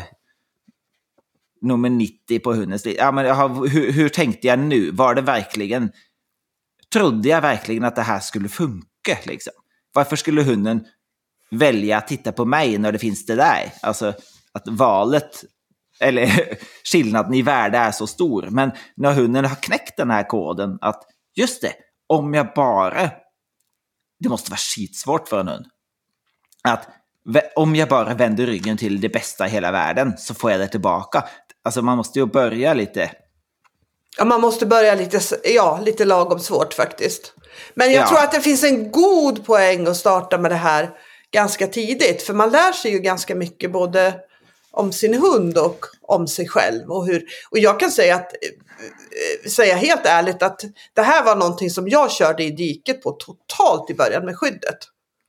nummer nittio på hundens liv. Ja, men jag har, hur, hur tänkte jag nu? Var det verkligen trodde jag verkligen att det här skulle funka liksom? Varför skulle hunden välja att titta på mig när det finns det där? Alltså att valet eller skillnaden i värde är så stor. Men när hunden har knäckt den här koden att just det, om jag bara det måste vara skitsvårt för en hund. Att om jag bara vänder ryggen till det bästa i hela världen så får jag det tillbaka. Alltså man måste ju börja lite. Ja, man måste börja lite, ja, lite lagom svårt faktiskt. Men jag ja. tror att det finns en god poäng att starta med det här ganska tidigt. För man lär sig ju ganska mycket både om sin hund och om sig själv. Och, hur, och jag kan säga, att, säga helt ärligt att det här var någonting som jag körde i diket på totalt i början med skyddet.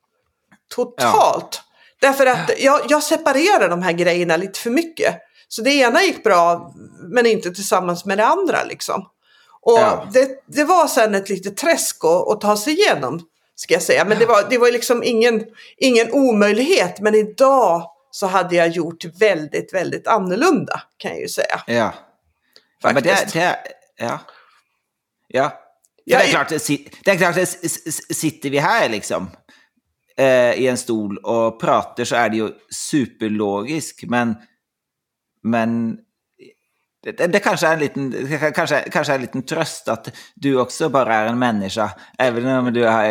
Totalt. Ja. Därför att jag, jag separerar de här grejerna lite för mycket. Så det ena gick bra men inte tillsammans med det andra liksom. Och ja. det, det var sen ett litet träsk att, att ta sig igenom, ska jag säga. Men det var, det var liksom ingen, ingen omöjlighet. Men idag så hade jag gjort väldigt, väldigt annorlunda, kan jag ju säga. Ja. Ja, men det, det, ja. Ja. Ja, det är klart, det är klart det sitter vi här liksom eh, i en stol och pratar så är det ju superlogiskt, men men det, det kanske är en liten kanske kanske är en liten tröst att du också bara är en människa, även om du har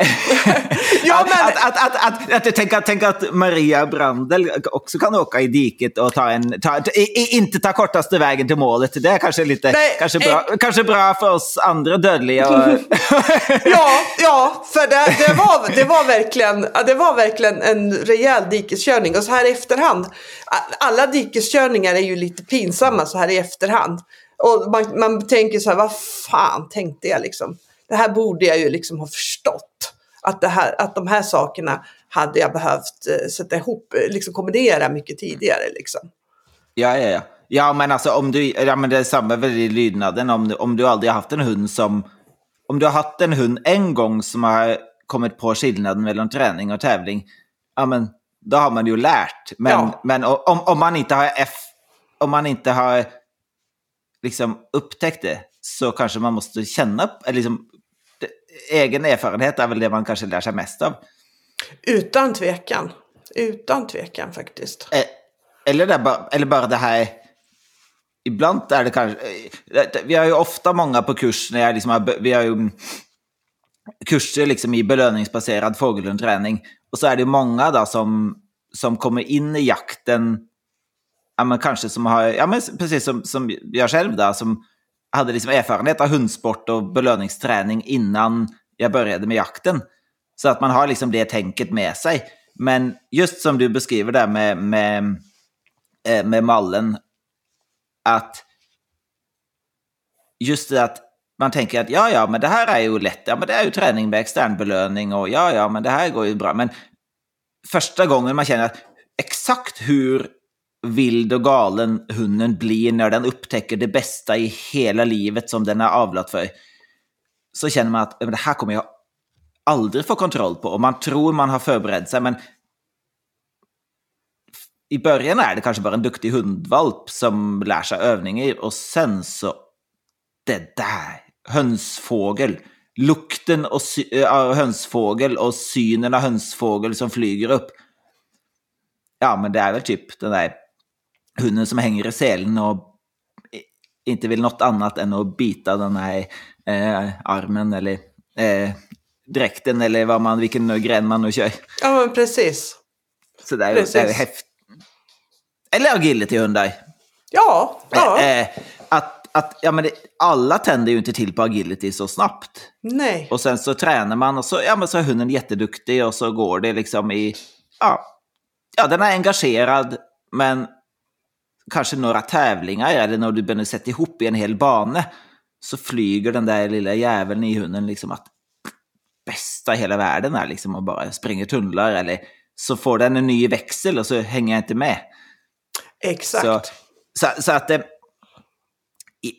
ja, men... att, att, att, att, att, att tänka tänka att Maria Brandel också kan åka i diket och ta en ta, inte ta kortaste vägen till målet. Det är kanske lite Nej, kanske bra eh... kanske bra för oss andra dödliga och... ja, ja, för det, det var det var verkligen det var verkligen en rejäl dikeskörning, och så här i efterhand, alla dikeskörningar är ju lite pinsamma så här i efterhand. Och man, man tänker så här, vad fan tänkte jag liksom? Det här borde jag ju liksom ha förstått. Att, det här, att de här sakerna hade jag behövt eh, sätta ihop, liksom kombinera mycket tidigare liksom. Ja, ja, ja. Ja, men alltså om du, ja men det är samma väl i lydnaden, om, om du aldrig har haft en hund som, om du har haft en hund en gång som har kommit på skillnaden mellan träning och tävling, ja men då har man ju lärt. Men, ja. men om, om man inte har F, om man inte har liksom upptäckt det, så kanske man måste känna, eller liksom, det, egen erfarenhet är väl det man kanske lär sig mest av. Utan tvekan. Utan tvekan faktiskt. Eller, det bara, eller bara det här, ibland är det kanske, vi har ju ofta många på kurs när jag liksom har, vi har ju kurser liksom i belöningsbaserad fågelhundträning, och så är det många då som, som kommer in i jakten, ja men kanske som har, ja men precis som, som jag själv där, som hade liksom erfarenhet av hundsport och belöningsträning innan jag började med jakten. Så att man har liksom det tänket med sig. Men just som du beskriver där med, med, med mallen, att just det att man tänker att ja, ja, men det här är ju lätt. Ja, men det är ju träning med extern belöning och ja, ja, men det här går ju bra. Men första gången man känner att exakt hur vild och galen hunden blir när den upptäcker det bästa i hela livet som den är avlat för, så känner man att det här kommer jag aldrig få kontroll på. Och man tror man har förberett sig, men i början är det kanske bara en duktig hundvalp som lär sig övningar, och sen så det där, hönsfågel, lukten av sy- äh, hönsfågel och synen av hönsfågel som flyger upp. Ja, men det är väl typ den där hunden som hänger i selen och inte vill något annat än att bita den här eh, armen eller eh, dräkten eller vad man, vilken gren man nu kör. Ja, men precis. Så det är, det är häftigt. eller agility-hundar. Ja, ja. Eh, att, att ja, men det, alla tänder ju inte till på agility så snabbt. Nej. Och sen så tränar man och så, ja, men så är hunden jätteduktig och så går det liksom i... Ja, ja den är engagerad, men kanske några tävlingar eller när du börjar sätta ihop i en hel bana så flyger den där lilla jäveln i hunden liksom att bästa i hela världen är liksom att bara springer tunnlar eller så får den en ny växel och så hänger jag inte med. Exakt. Så, så, så att det, i,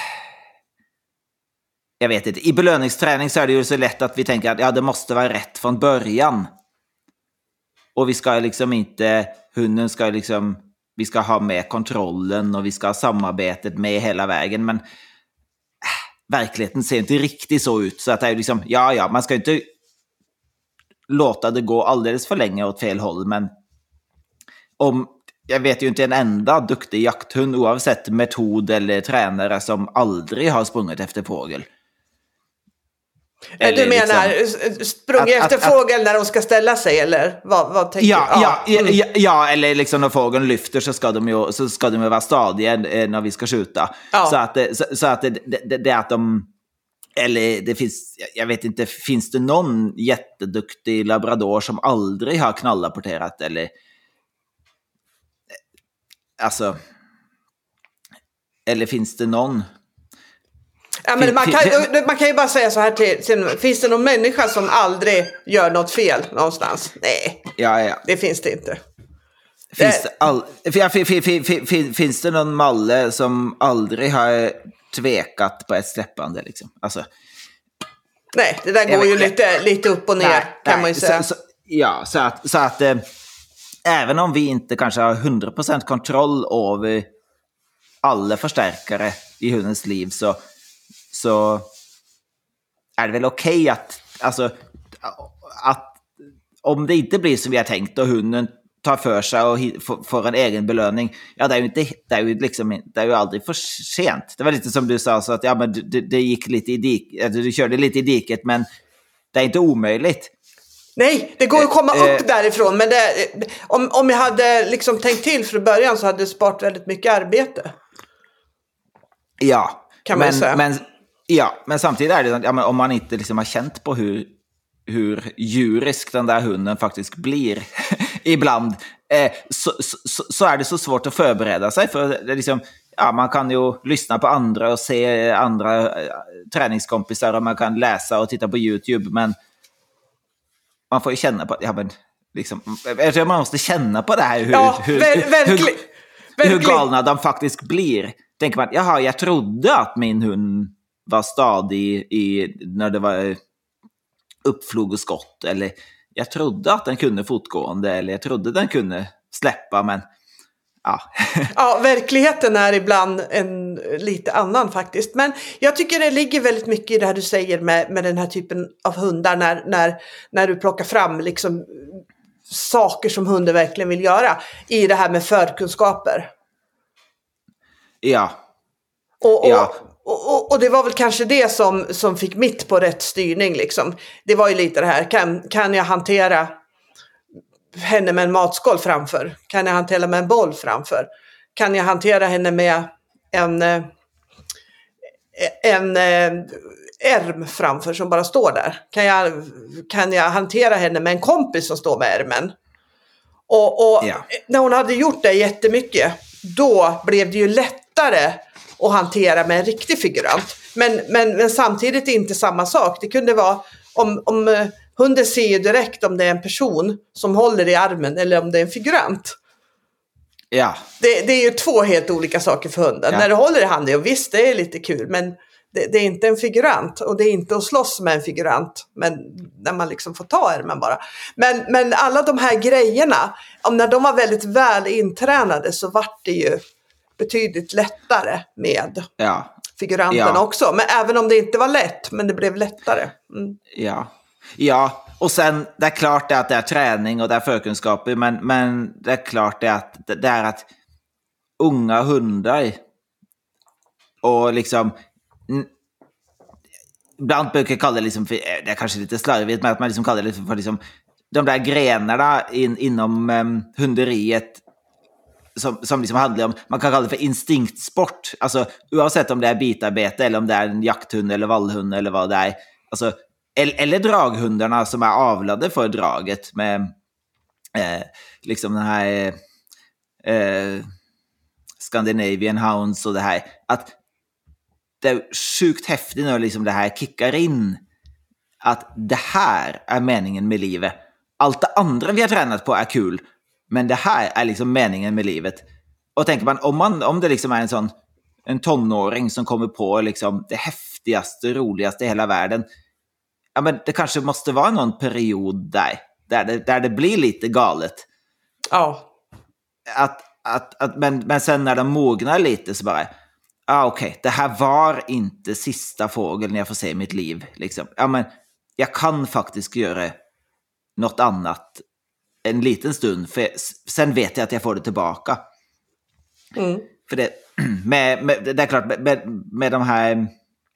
jag vet inte, i belöningsträning så är det ju så lätt att vi tänker att ja, det måste vara rätt från början. Och vi ska liksom inte, hunden ska liksom, vi ska ha med kontrollen och vi ska ha samarbetet med hela vägen, men verkligheten ser inte riktigt så ut. Så att det är liksom, ja, ja, man ska inte låta det gå alldeles för länge åt fel håll. Men om, jag vet ju inte en enda duktig jakthund, oavsett metod eller tränare, som aldrig har sprungit efter fågel. Eller du menar liksom, sprungit efter att, fågel att, när de ska ställa sig, eller vad, vad tänker ja, du? Ja, ja, ja, ja, eller liksom när fågeln lyfter så ska de ju, så ska de ju vara stadiga när vi ska skjuta. Ja. Så att, så, så att det, det, det att de, eller det finns, jag vet inte, finns det någon jätteduktig labrador som aldrig har knallrapporterat eller alltså, eller finns det någon? Ja, men man, kan, man kan ju bara säga så här till, till, finns det någon människa som aldrig gör något fel någonstans? Nej, ja, ja. Det finns det inte. Finns det, all, finns det någon malle som aldrig har tvekat på ett släppande? Liksom? Alltså, nej, det där går ju lite, lite upp och ner, nej, kan nej, man ju säga. Så, så, ja, så att, så att eh, även om vi inte kanske har hundra procent kontroll över alla förstärkare i hundens liv så så är det väl okej okay att, alltså, att om det inte blir som vi har tänkt och hunden tar för sig och får en egen belöning, ja, det är ju inte, det är ju liksom, det är ju aldrig för sent. Det var lite som du sa, så att ja, men det, det gick lite i diket, du körde lite i diket, men det är inte omöjligt. Nej, det går ju att komma eh, upp eh, därifrån, men det, om, om jag hade liksom tänkt till från början så hade det sparat väldigt mycket arbete. Ja, kan man men, säga. Men, ja, men samtidigt är det så, ja, men om man inte liksom har känt på hur, hur djurisk den där hunden faktiskt blir ibland, eh, så, så, så är det så svårt att förbereda sig. För det är liksom, ja, man kan ju lyssna på andra och se andra eh, träningskompisar och man kan läsa och titta på YouTube, men man får ju känna på, ja, men liksom, jag tror man måste känna på det här hur, ja, hur, ver- verkligen, hur, hur galna de faktiskt blir. Tänker man, jaha, jag trodde att min hund var stadig i, när det var uppflog och skott, eller jag trodde att den kunde fotgående, eller jag trodde den kunde släppa, men ja. Ja, verkligheten är ibland en lite annan faktiskt. Men jag tycker det ligger väldigt mycket i det här du säger med, med den här typen av hundar när, när, när du plockar fram liksom saker som hunden verkligen vill göra i det här med förkunskaper. Ja. Och, och, ja. och, och, och det var väl kanske det som, som fick mitt på rätt styrning liksom. Det var ju lite det här, kan, kan jag hantera henne med en matskål framför? Kan jag hantera med en boll framför? Kan jag hantera henne med en en ärm framför som bara står där? Kan jag, kan jag hantera henne med en kompis som står med ärmen? Och, och ja. När hon hade gjort det jättemycket, då blev det ju lättare att hantera med en riktig figurant. Men, men, men samtidigt inte samma sak. Det kunde vara om, om hunden ser ju direkt om det är en person som håller i armen eller om det är en figurant. Ja. Det, det är ju två helt olika saker för hunden. Ja. När du håller i handen, och visst det är lite kul, men det, det är inte en figurant. Och det är inte att slåss med en figurant, men när man liksom får ta ärmen bara. Men, men alla de här grejerna, om när de var väldigt väl intränade så var det ju betydligt lättare med ja. figuranterna ja. också. Men även om det inte var lätt, men det blev lättare. Mm. Ja. Ja, och sen det är klart det att det är träning och det är förkunskaper, men, men det är klart det att det är att unga hundar och liksom ibland brukar jag kalla det liksom för, det är kanske lite slarvigt, men att man liksom kallar det för liksom de där grenarna in, inom um, hunderiet som, som liksom handlar om, man kan kalla det för instinktsport. Alltså oavsett om det är bitarbete eller om det är en jakthund eller vallhund eller vad det är. Alltså, eller, eller draghundarna som är avlade för draget med eh, liksom den här eh, Scandinavian Hounds och det här. Att det är sjukt häftigt när liksom det här kickar in. Att det här är meningen med livet. Allt det andra vi har tränat på är kul. Men det här är liksom meningen med livet. Och tänker man, om, man, om det liksom är en sån en tonåring som kommer på liksom det häftigaste, roligaste i hela världen. Ja, men det kanske måste vara någon period där. Där det, där det blir lite galet. Ja. Att, att, att, men, men sen när de mognar lite så bara... Ah, okej, okay. Det här var inte sista fågeln jag får se i mitt liv. Liksom. Ja, men jag kan faktiskt göra något annat en liten stund. För sen vet jag att jag får det tillbaka. Mm. För det, med, med, det är klart, med, med de här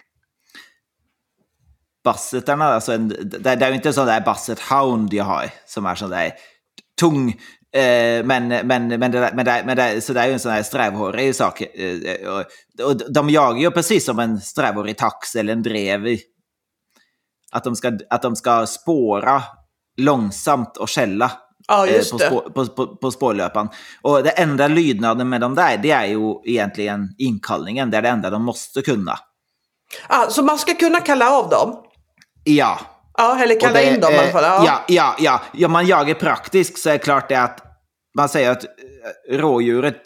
bassetarna, alltså en, det, det är ju inte en sån där basset hound jag har, som är sån där tung, eh, men, men, men, det, men, det, men det, så det är ju en sån här strävhårig sak. Eh, och, och de jagar ju precis som en strävhårig tax eller en drev. Att de ska, att de ska spåra långsamt och skälla. Ja, just på, det. spår, på, på, på spårlöpan. Och det enda lydnaden med dem där, det är ju egentligen inkallningen. Det är det enda de måste kunna. Ah, så man ska kunna kalla av dem? Ja. Ja, eller kalla det, in dem i alla fall. Ja. Ja, ja, ja. Ja, man jagar praktiskt så är det klart det att man säger att rådjuret,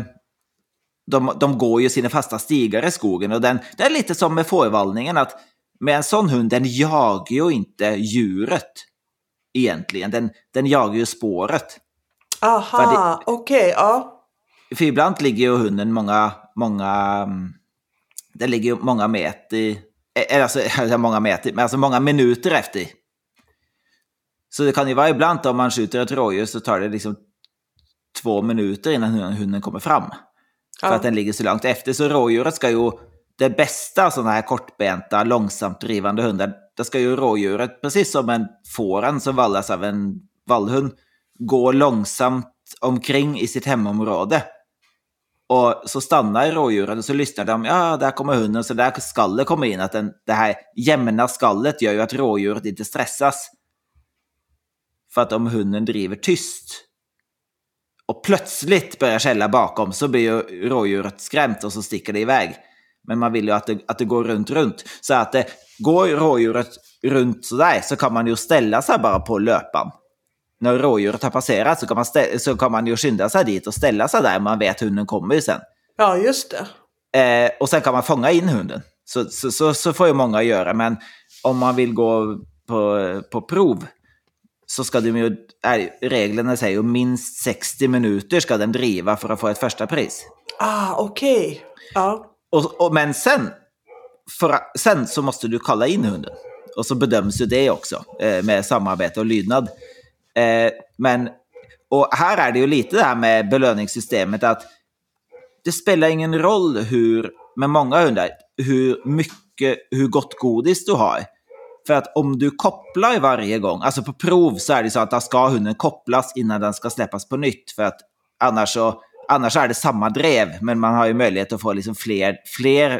de, de går ju sina fasta stigar i skogen. Och den, det är lite som med fårvallningen, att med en sån hund, den jagar ju inte djuret. Egentligen, den, den jagar ju spåret. Aha, okej, okay, ja. För ibland ligger ju hunden många, många, det ligger ju många meter, alltså många meter, men alltså många minuter efter. Så det kan ju vara ibland om man skjuter ett rådjur så tar det liksom två minuter innan hunden kommer fram. För ja. Att den ligger så långt efter. Så rådjuret ska ju, det bästa sådana här kortbenta, långsamt drivande hundar, det ska ju rådjuret, precis som en fåren som vallas av en vallhund, gå långsamt omkring i sitt hemområde. Och så stannar rådjuren och så lyssnar de, ja, där kommer hunden, så där ska det komma in. Att den, det här jämna skallet gör ju att rådjuret inte stressas. För att om hunden driver tyst och plötsligt börjar skälla bakom, så blir ju rådjuret skrämt och så sticker det iväg. Men man vill ju att det, att det går runt, runt. Så att det går rådjuret runt sådär, så kan man ju ställa sig bara på löpan. När rådjuret har passerat så kan man, stä- så kan man ju skynda sig dit och ställa sig där. Man vet hunden kommer ju sen. Ja, just det. Eh, och sen kan man fånga in hunden. Så, så, så, så får ju många göra. Men om man vill gå på, på prov, så ska de ju, är, reglerna säger ju minst sextio minuter ska den driva för att få ett första pris. Ah, okej. Okay. Ja. Och, och, men sen, för, sen så måste du kalla in hunden. Och så bedöms ju det också eh, med samarbete och lydnad. Eh, men, och här är det ju lite det här med belöningssystemet, att det spelar ingen roll hur, med många hundar, hur mycket, hur gott godis du har. För att om du kopplar varje gång, alltså på prov så är det så att då ska hunden kopplas innan den ska släppas på nytt. För att annars, så, annars är det samma drev, men man har ju möjlighet att få liksom fler, fler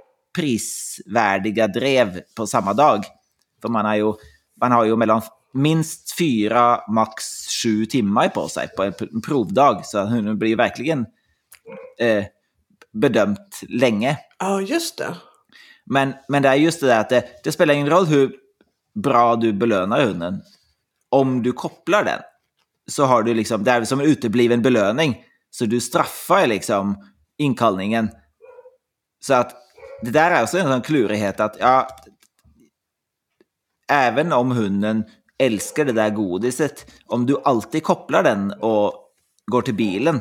prisvärdiga drev på samma dag. För man har ju, man har ju mellan minst fyra, max sju timmar på sig på en provdag. Så hunden blir verkligen eh, bedömt länge. Ja, just det. Men, men det är just det där att det, det spelar ingen roll hur bra du belönar hunden. Om du kopplar den så har du liksom, det är som en utebliven belöning. Så du straffar liksom inkallningen. Så att det där är också en sån klurighet att ja, även om hunden älskar det där godiset, om du alltid kopplar den och går till bilen,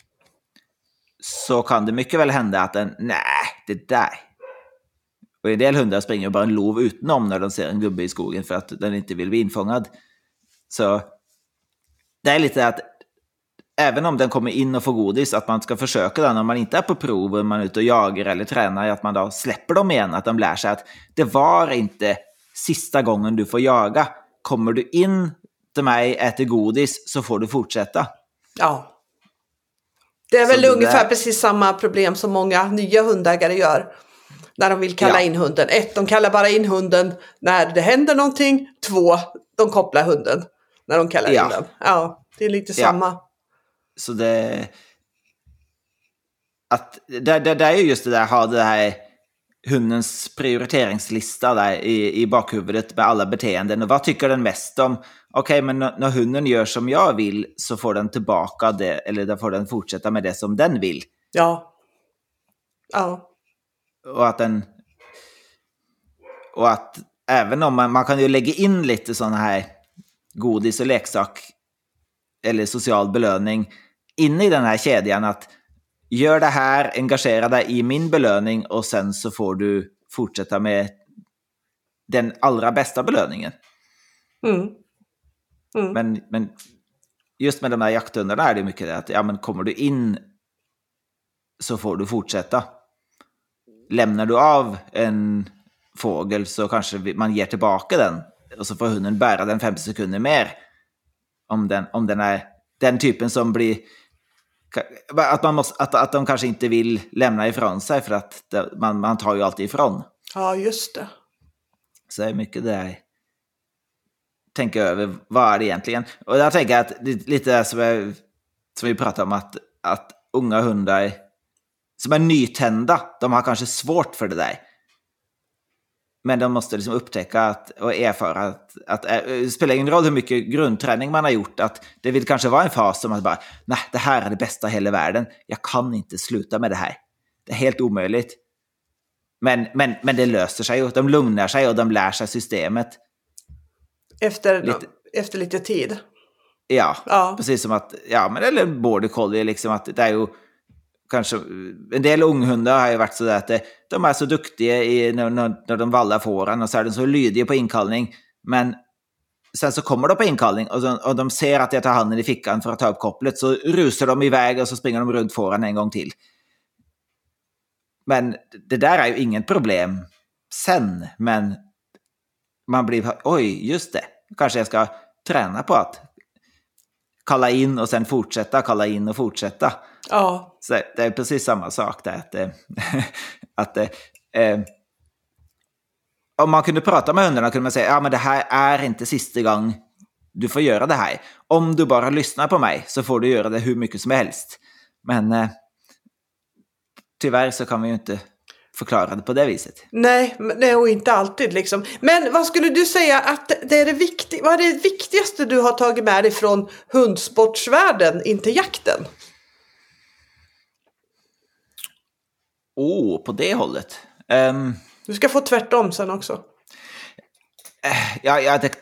så kan det mycket väl hända att den, nej, det där. Och en del hundar springer bara en lov utenom när de ser en gubbe i skogen för att den inte vill bli infångad. Så det är lite att även om den kommer in och får godis, att man ska försöka den om man inte är på prov och man är ute och jagar eller tränar, att man då släpper dem igen, att de lär sig att det var inte sista gången du får jaga. Kommer du in till mig, äter godis, så får du fortsätta. Ja. Det är väl det ungefär där... precis samma problem som många nya hundägare gör. När de vill kalla ja. in hunden. Ett, de kallar bara in hunden när det händer någonting. Två, de kopplar hunden när de kallar ja. in den. Ja, det är lite ja. samma. Så det... Att det, det, det är ju just det där, ha det här hundens prioriteringslista där i, i bakhuvudet med alla beteenden. Och vad tycker den mest om? Okej, okay, men när, när hunden gör som jag vill så får den tillbaka det, eller då får den fortsätta med det som den vill. Ja. Ja. Och att den... Och att även om man, man kan ju lägga in lite sådana här godis och leksak eller social belöning inne i den här kedjan, att gör det här, engagera dig i min belöning och sen så får du fortsätta med den allra bästa belöningen. Mm. Mm. Men, men just med de här jakthundarna är det mycket det att ja, men kommer du in så får du fortsätta. Lämnar du av en fågel så kanske man ger tillbaka den och så får hunden bära den femtio sekunder mer om den, om den är den typen som blir att, man måste, att, att de kanske inte vill lämna ifrån sig för att det, man, man tar ju alltid ifrån. Ja, just det. Så det är mycket där tänka över vad är det egentligen. Och jag tänker att det, lite där som, är, som vi pratar om att, att unga hundar som är nytända, de har kanske svårt för det där. Men de måste liksom upptäcka att, och erfara att, att det spelar ingen roll hur mycket grundträning man har gjort, att det vill kanske vara en fas som att bara, nej, det här är det bästa i hela världen. Jag kan inte sluta med det här. Det är helt omöjligt. Men, men, men det löser sig och de lugnar sig och de lär sig systemet. Efter lite, efter lite tid. Ja, ja, precis som att, ja, men eller border collie liksom, att det är ju kanske, en del unghundar har ju varit så där att det, de är så duktiga i, när, när de vallar fåren och så är de så lydiga på inkallning, men sen så kommer de på inkallning och de, och de ser att jag tar handen i fickan för att ta upp kopplet, så rusar de iväg och så springer de runt fåren en gång till. Men det där är ju ingen problem sen, men man blir, oj, just det, kanske jag ska träna på att kalla in och sen fortsätta, kalla in och fortsätta. Ja. Så det är precis samma sak där. Att, att eh, om man kunde prata med hundarna kunde man säga, ja men det här är inte sista gång du får göra det här. Om du bara lyssnar på mig så får du göra det hur mycket som helst. Men eh, tyvärr så kan vi ju inte förklara det på det viset. Nej, det är ju inte alltid liksom. Men vad skulle du säga att det är det viktiga, vad är det viktigaste du har tagit med dig från hundsportsvärlden in till jakten? Åh, oh, på det hållet. Um, du ska få tvärtom sen också. Uh, ja, ja det,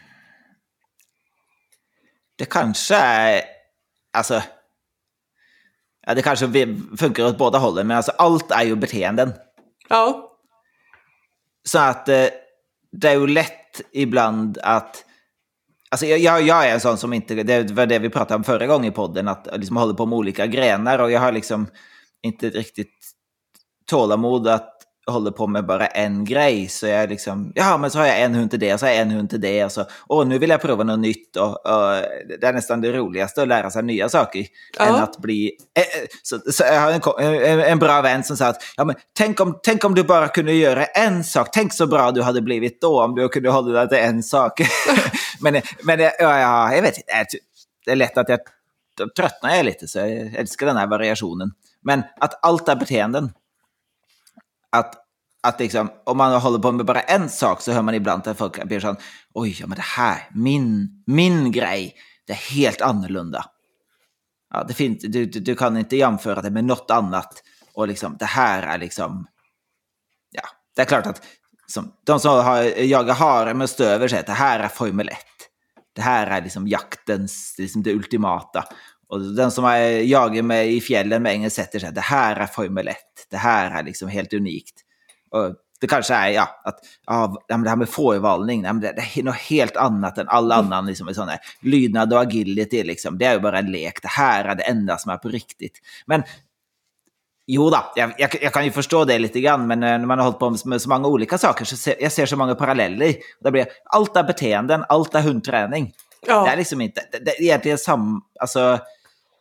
det kanske är, alltså, ja, det kanske funkar åt båda hållen, men alltså allt är ju beteenden. Ja. Så att uh, det är ju lätt ibland att, alltså jag, jag är en sån som inte, det var det vi pratade om förra gången i podden, att liksom håller på med olika grenar och jag har liksom inte riktigt tålamod att hålla på med bara en grej, så jag liksom, ja men så har jag en hund till det och så har jag en hund till det och så, åh nu vill jag prova något nytt och, och det är nästan det roligaste att lära sig nya saker ja. än att bli äh, så, så jag har en, en bra vän som sa att ja, men tänk, om, tänk om du bara kunde göra en sak, tänk så bra du hade blivit då om du kunde hålla dig till en sak. men, men ja, ja, jag vet inte, det är lätt att jag tröttnar jag lite, så jag älskar den här variationen, men att allt är beteenden. Att, att liksom, om man håller på med bara en sak så hör man ibland att folk blir sån, oj, ja, men det här, min, min grej, det är helt annorlunda. Ja, det finns, du, du, du kan inte jämföra det med något annat. Och liksom, det här är liksom, ja, det är klart att som, de som har, jagar hare med stöver säger att det här är Formel ett. Det här är liksom jaktens, liksom det ultimata. Och den som är jagar med i fjällen med engelsk sätter sig, det här är Formel ett. Det här är liksom helt unikt. Och det kanske är, ja, att ja, det här med fårvalning, ja, det är något helt annat än all annan liksom, sån här lydnad och agility liksom. Det är ju bara en lek. Det här är det enda som är på riktigt. Men jo då, jag, jag, jag kan ju förstå det lite grann, men när man har hållit på med så många olika saker så ser jag ser så många paralleller. Det blir allt är beteenden, allt är hundträning. Ja. Det är liksom inte, det, det är egentligen sam, alltså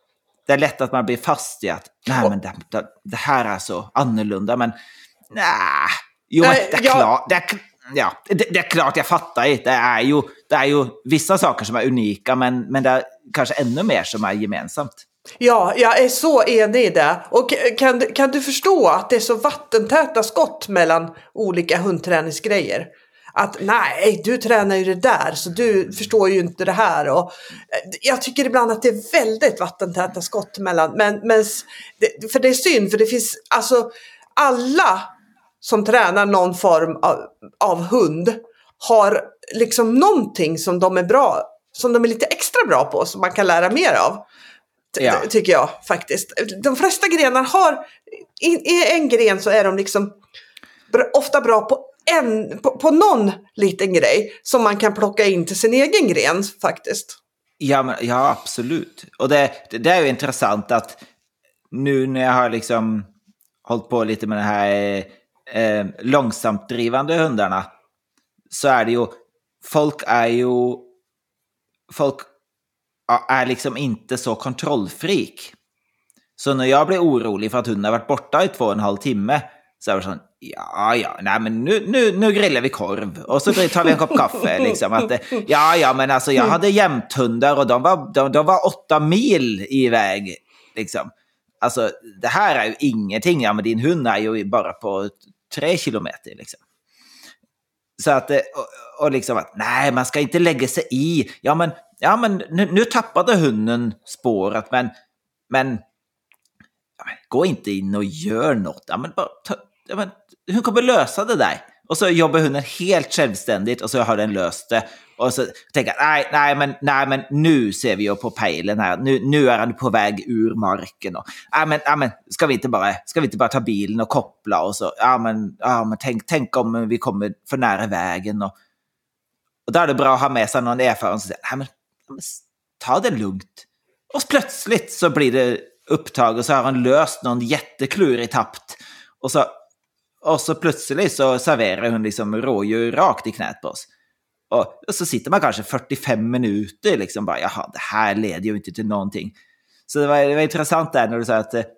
det är lätt att man blir fast i att nej, men det, det, det här är så annorlunda, men nej, jo, nej, det är jag... klart, det är, ja, det, det är klart jag fattar det. Det är ju, det är ju vissa saker som är unika, men, men det är kanske ännu mer som är gemensamt. Ja, jag är så enig i det. Och kan, kan du förstå att det är så vattentäta skott mellan olika hundträningsgrejer? Att nej, du tränar ju det där så du förstår ju inte det här. Och jag tycker ibland att det är väldigt vattentäta skott mellan. Men, men det, för det är synd, för det finns alltså alla som tränar någon form av, av hund har liksom någonting som de är bra, som de är lite extra bra på, som man kan lära mer av. Ja. Tycker jag faktiskt. De flesta grenar har, i en gren så är de liksom ofta bra på en, på, på någon liten grej som man kan plocka in till sin egen gren faktiskt. Ja, men, ja absolut. Och det, det, det är ju intressant att nu när jag har liksom hållit på lite med de här eh, långsamt drivande hundarna, så är det ju, folk är ju folk är liksom inte så kontrollfreak. Så när jag blir orolig för att hunden har varit borta i två och en halv timme, så är det sån, ja, ja, nej men nu, nu, nu grillar vi korv och så tar vi en kopp kaffe liksom. Att, ja, ja, men alltså jag hade jämthundar och de var, de, de var åtta mil iväg liksom. Alltså det här är ju ingenting, ja men din hund är ju bara på tre kilometer liksom. Så att, och, och liksom att, nej man ska inte lägga sig i, ja men, ja, men nu, nu tappade hunden spåret, men, men ja, gå inte in och gör något. Ja, men bara ta, ja, men, hon kommer lösa det där. Och så jobbar hunden helt självständigt och så har den löst det. Och så tänker jag, nej, nej, men, nej, men nu ser vi ju på pejlen här. Nu, nu är han på väg ur marken. Och, ja, men, ja, men, ska, vi inte bara, ska vi inte bara ta bilen och koppla? Och så, ja, men, ja, men tänk, tänk om vi kommer för nära vägen. Och, och då är det bra att ha med sig någon erfaren som säger, ja, men, ta det lugnt. Och plötsligt så blir det upptag och så har han löst någon jätteklurig tappt. Och så, och så plötsligt så serverar hon liksom rådjur rakt i knät på oss. Och, och så sitter man kanske fyrtiofem minuter liksom bara, jaha, det här leder ju inte till någonting. Så det var, det var intressant där när du sa att eh,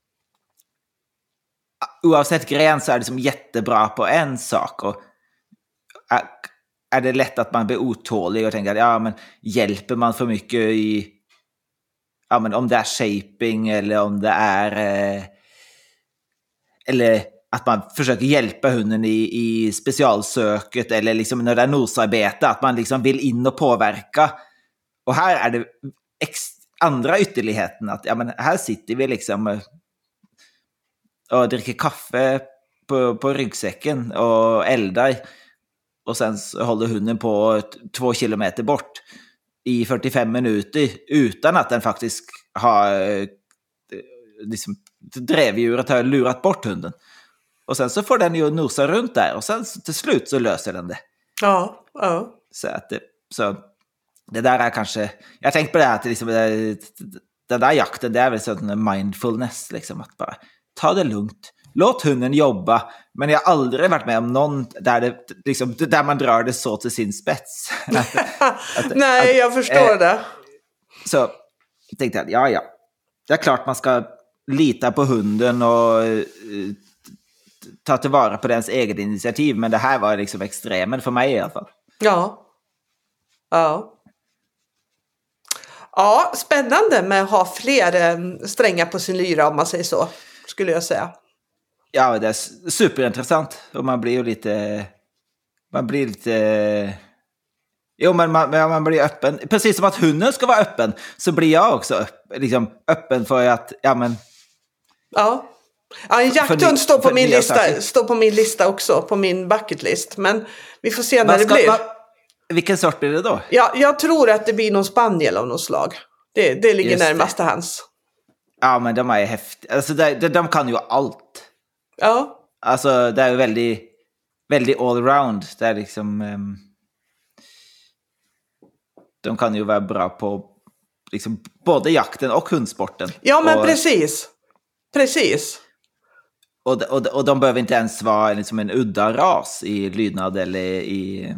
oavsett gren så är det liksom jättebra på en sak. Och är, är det lätt att man blir otålig och tänker att ja, men hjälper man för mycket i, ja, men om det är shaping eller om det är eh, eller att man försöker hjälpa hunden i, i specialsöket eller liksom när det är nosarbete, att man liksom vill in och påverka. Och här är det ex- andra ytterligheten, att ja, men här sitter vi liksom och dricker kaffe på, på ryggsäcken och eldar, och sen håller hunden på två kilometer bort i fyrtiofem minuter utan att den faktiskt har liksom, drevdjuret har lurat bort hunden. Och sen så får den ju nosa runt där och sen till slut så löser den det. Ja, ja. Så att det, så det där är kanske, jag tänkte på det här att liksom, den där jakten, det är väl sån mindfulness liksom, att bara ta det lugnt. Låt hunden jobba, men jag har aldrig varit med om någon där, det, liksom, där man drar det så till sin spets. att, att, Nej, att, jag förstår eh, det. Så tänkte jag, ja, ja. Det är klart man ska lita på hunden och eh, ta tillvara på dens eget initiativ, men det här var liksom extremen för mig i alla fall. Ja. Ja. Ja, spännande med att ha fler strängar på sin lyra, om man säger så, skulle jag säga. Ja, det är superintressant och man blir ju lite man blir lite jo, men man, man blir öppen. Precis som att hunden ska vara öppen, så blir jag också öpp, liksom öppen för att ja, men ja. Ja, en jakthund står på min lista, saker. står på min lista också, på min bucket list, men vi får se när ska, det blir. Va, vilken sort blir det då? Ja, jag tror att det blir någon spaniel av något slag. Det, det ligger Just närmast till hands. Ja, men de är häftiga. Alltså, de, de, de kan ju allt. Ja. Alltså, det är väldigt, väldigt allround. Det är liksom... Um, de kan ju vara bra på liksom, både jakten och hundsporten. Ja, men och, precis. Precis. Och, och, och de behöver inte ens vara liksom en udda ras i lydnad eller i,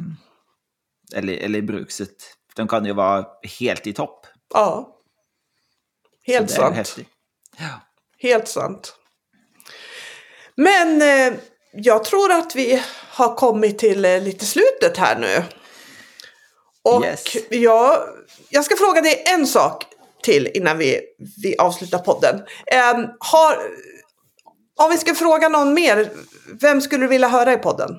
eller, eller i brukset. De kan ju vara helt i topp. Ja. Helt Så det är sant. häftigt. Ja. Helt sant. Men eh, jag tror att vi har kommit till eh, lite slutet här nu. Och Yes. jag, jag ska fråga dig en sak till innan vi, vi avslutar podden. Eh, har, om vi ska fråga någon mer, vem skulle du vilja höra i podden?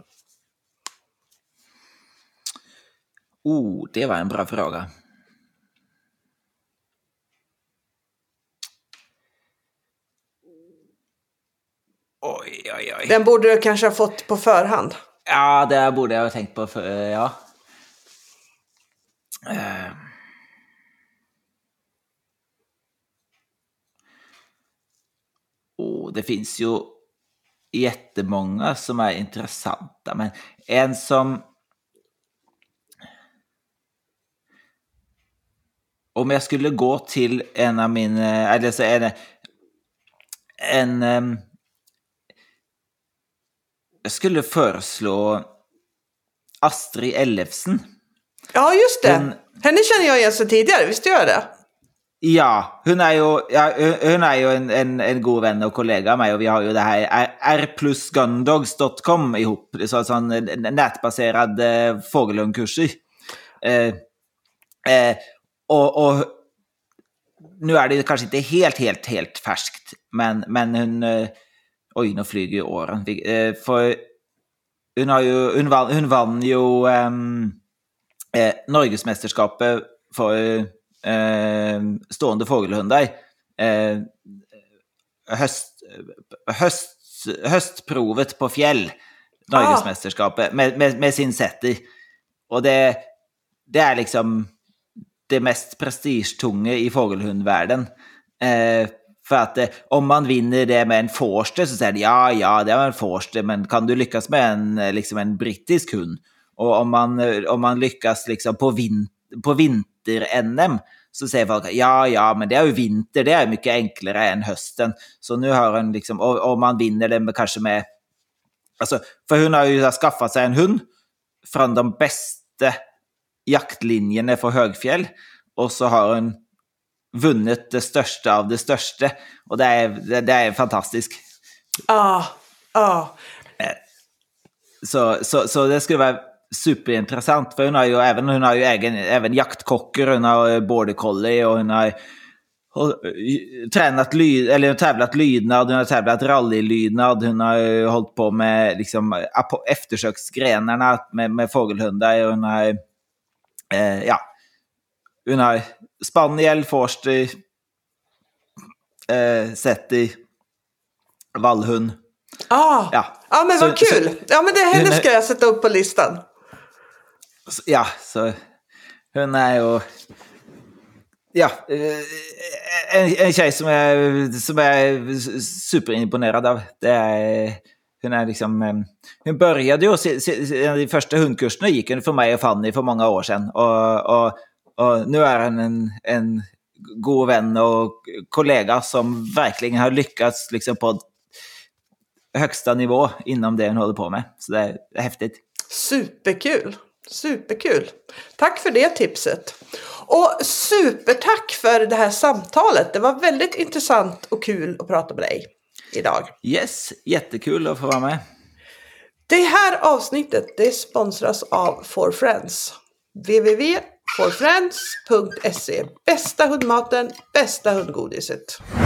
Oh, det var en bra fråga. Oj, oj, oj. Den borde du kanske ha fått på förhand. Ja, det borde jag ha tänkt på. För, ja. Uh. Oh, det finns ju jättemånga som är intressanta. Men en som... Om jag skulle gå till en av mina... Eller så är det en... Um, jag skulle föreslå Astrid Ellefsen. Ja, just det. Hon, Henne känner jag igen sedan tidigare, visst gör jag det? Ja, hon är ju, ja, hon är ju en, en, en god vän och kollega av mig, och vi har ju det här r plus gundogs dot com ihop. Det är så alltså en nätbaserad eh, fågelhundkurs. Eh, eh, och, och nu är det kanske inte helt, helt, helt färskt, men, men hon... Eh, oj, nu flyger ju åren. Eh, för hon, har ju, hon, vann, hon vann ju ehm, eh, Norgesmästerskapet för... Eh, stående fågelhundar eh, höst, höst, höstprovet på fjäll, Norgesmästerskapet ah. med, med, med sin setti, och det, det är liksom det mest prestigetunga i fågelhundvärlden, eh, för att eh, om man vinner det med en forster så säger de, ja, ja, det var en forster, men kan du lyckas med en, liksom en brittisk hund, och om man, om man lyckas liksom på, vin, på vinter-N M så säger folk, ja, ja, men det är ju vinter, det är mycket enklare än hösten. Så nu har hon liksom, om man vinner det med, kanske med, alltså, för hon har ju skaffat sig en hund från de bästa jaktlinjerna för högfjäll, och så har hon vunnit det största av det största, och det är, det, det är fantastiskt. Ja, ja. Så, så, så det skulle vara superintressant, för hon har ju även, hon har ju även, även jaktkocker, hon har border collie, och hon har tränat lyd, eller tävlat lydnad, hon har tävlat rallylydnad, hon har hållit på med liksom eftersöksgrenarna med, med fågelhundar, och hon har eh, ja, hon har spaniel, forster, eh, setti, vallhund. Ah, ja. ja, men vad så, kul. Så, ja, men det henne ska jag sätta upp på listan. Ja, så hon är ju, ja, en, en tjej som är, som är superimponerad av. Det är, hon är liksom, hon började ju, de första hundkurserna gick hon för mig och Fanny för många år sedan, och, och, och nu är hon en, en god vän och kollega som verkligen har lyckats liksom på högsta nivå inom det hon håller på med. Så det är, det är häftigt. Superkul. Superkul. Tack för det tipset. Och supertack för det här samtalet. Det var väldigt intressant och kul att prata med dig idag. Yes, jättekul att få vara med. Det här avsnittet det sponsras av For Friends. w w w punkt for friends punkt se. Bästa hundmaten, bästa hundgodiset.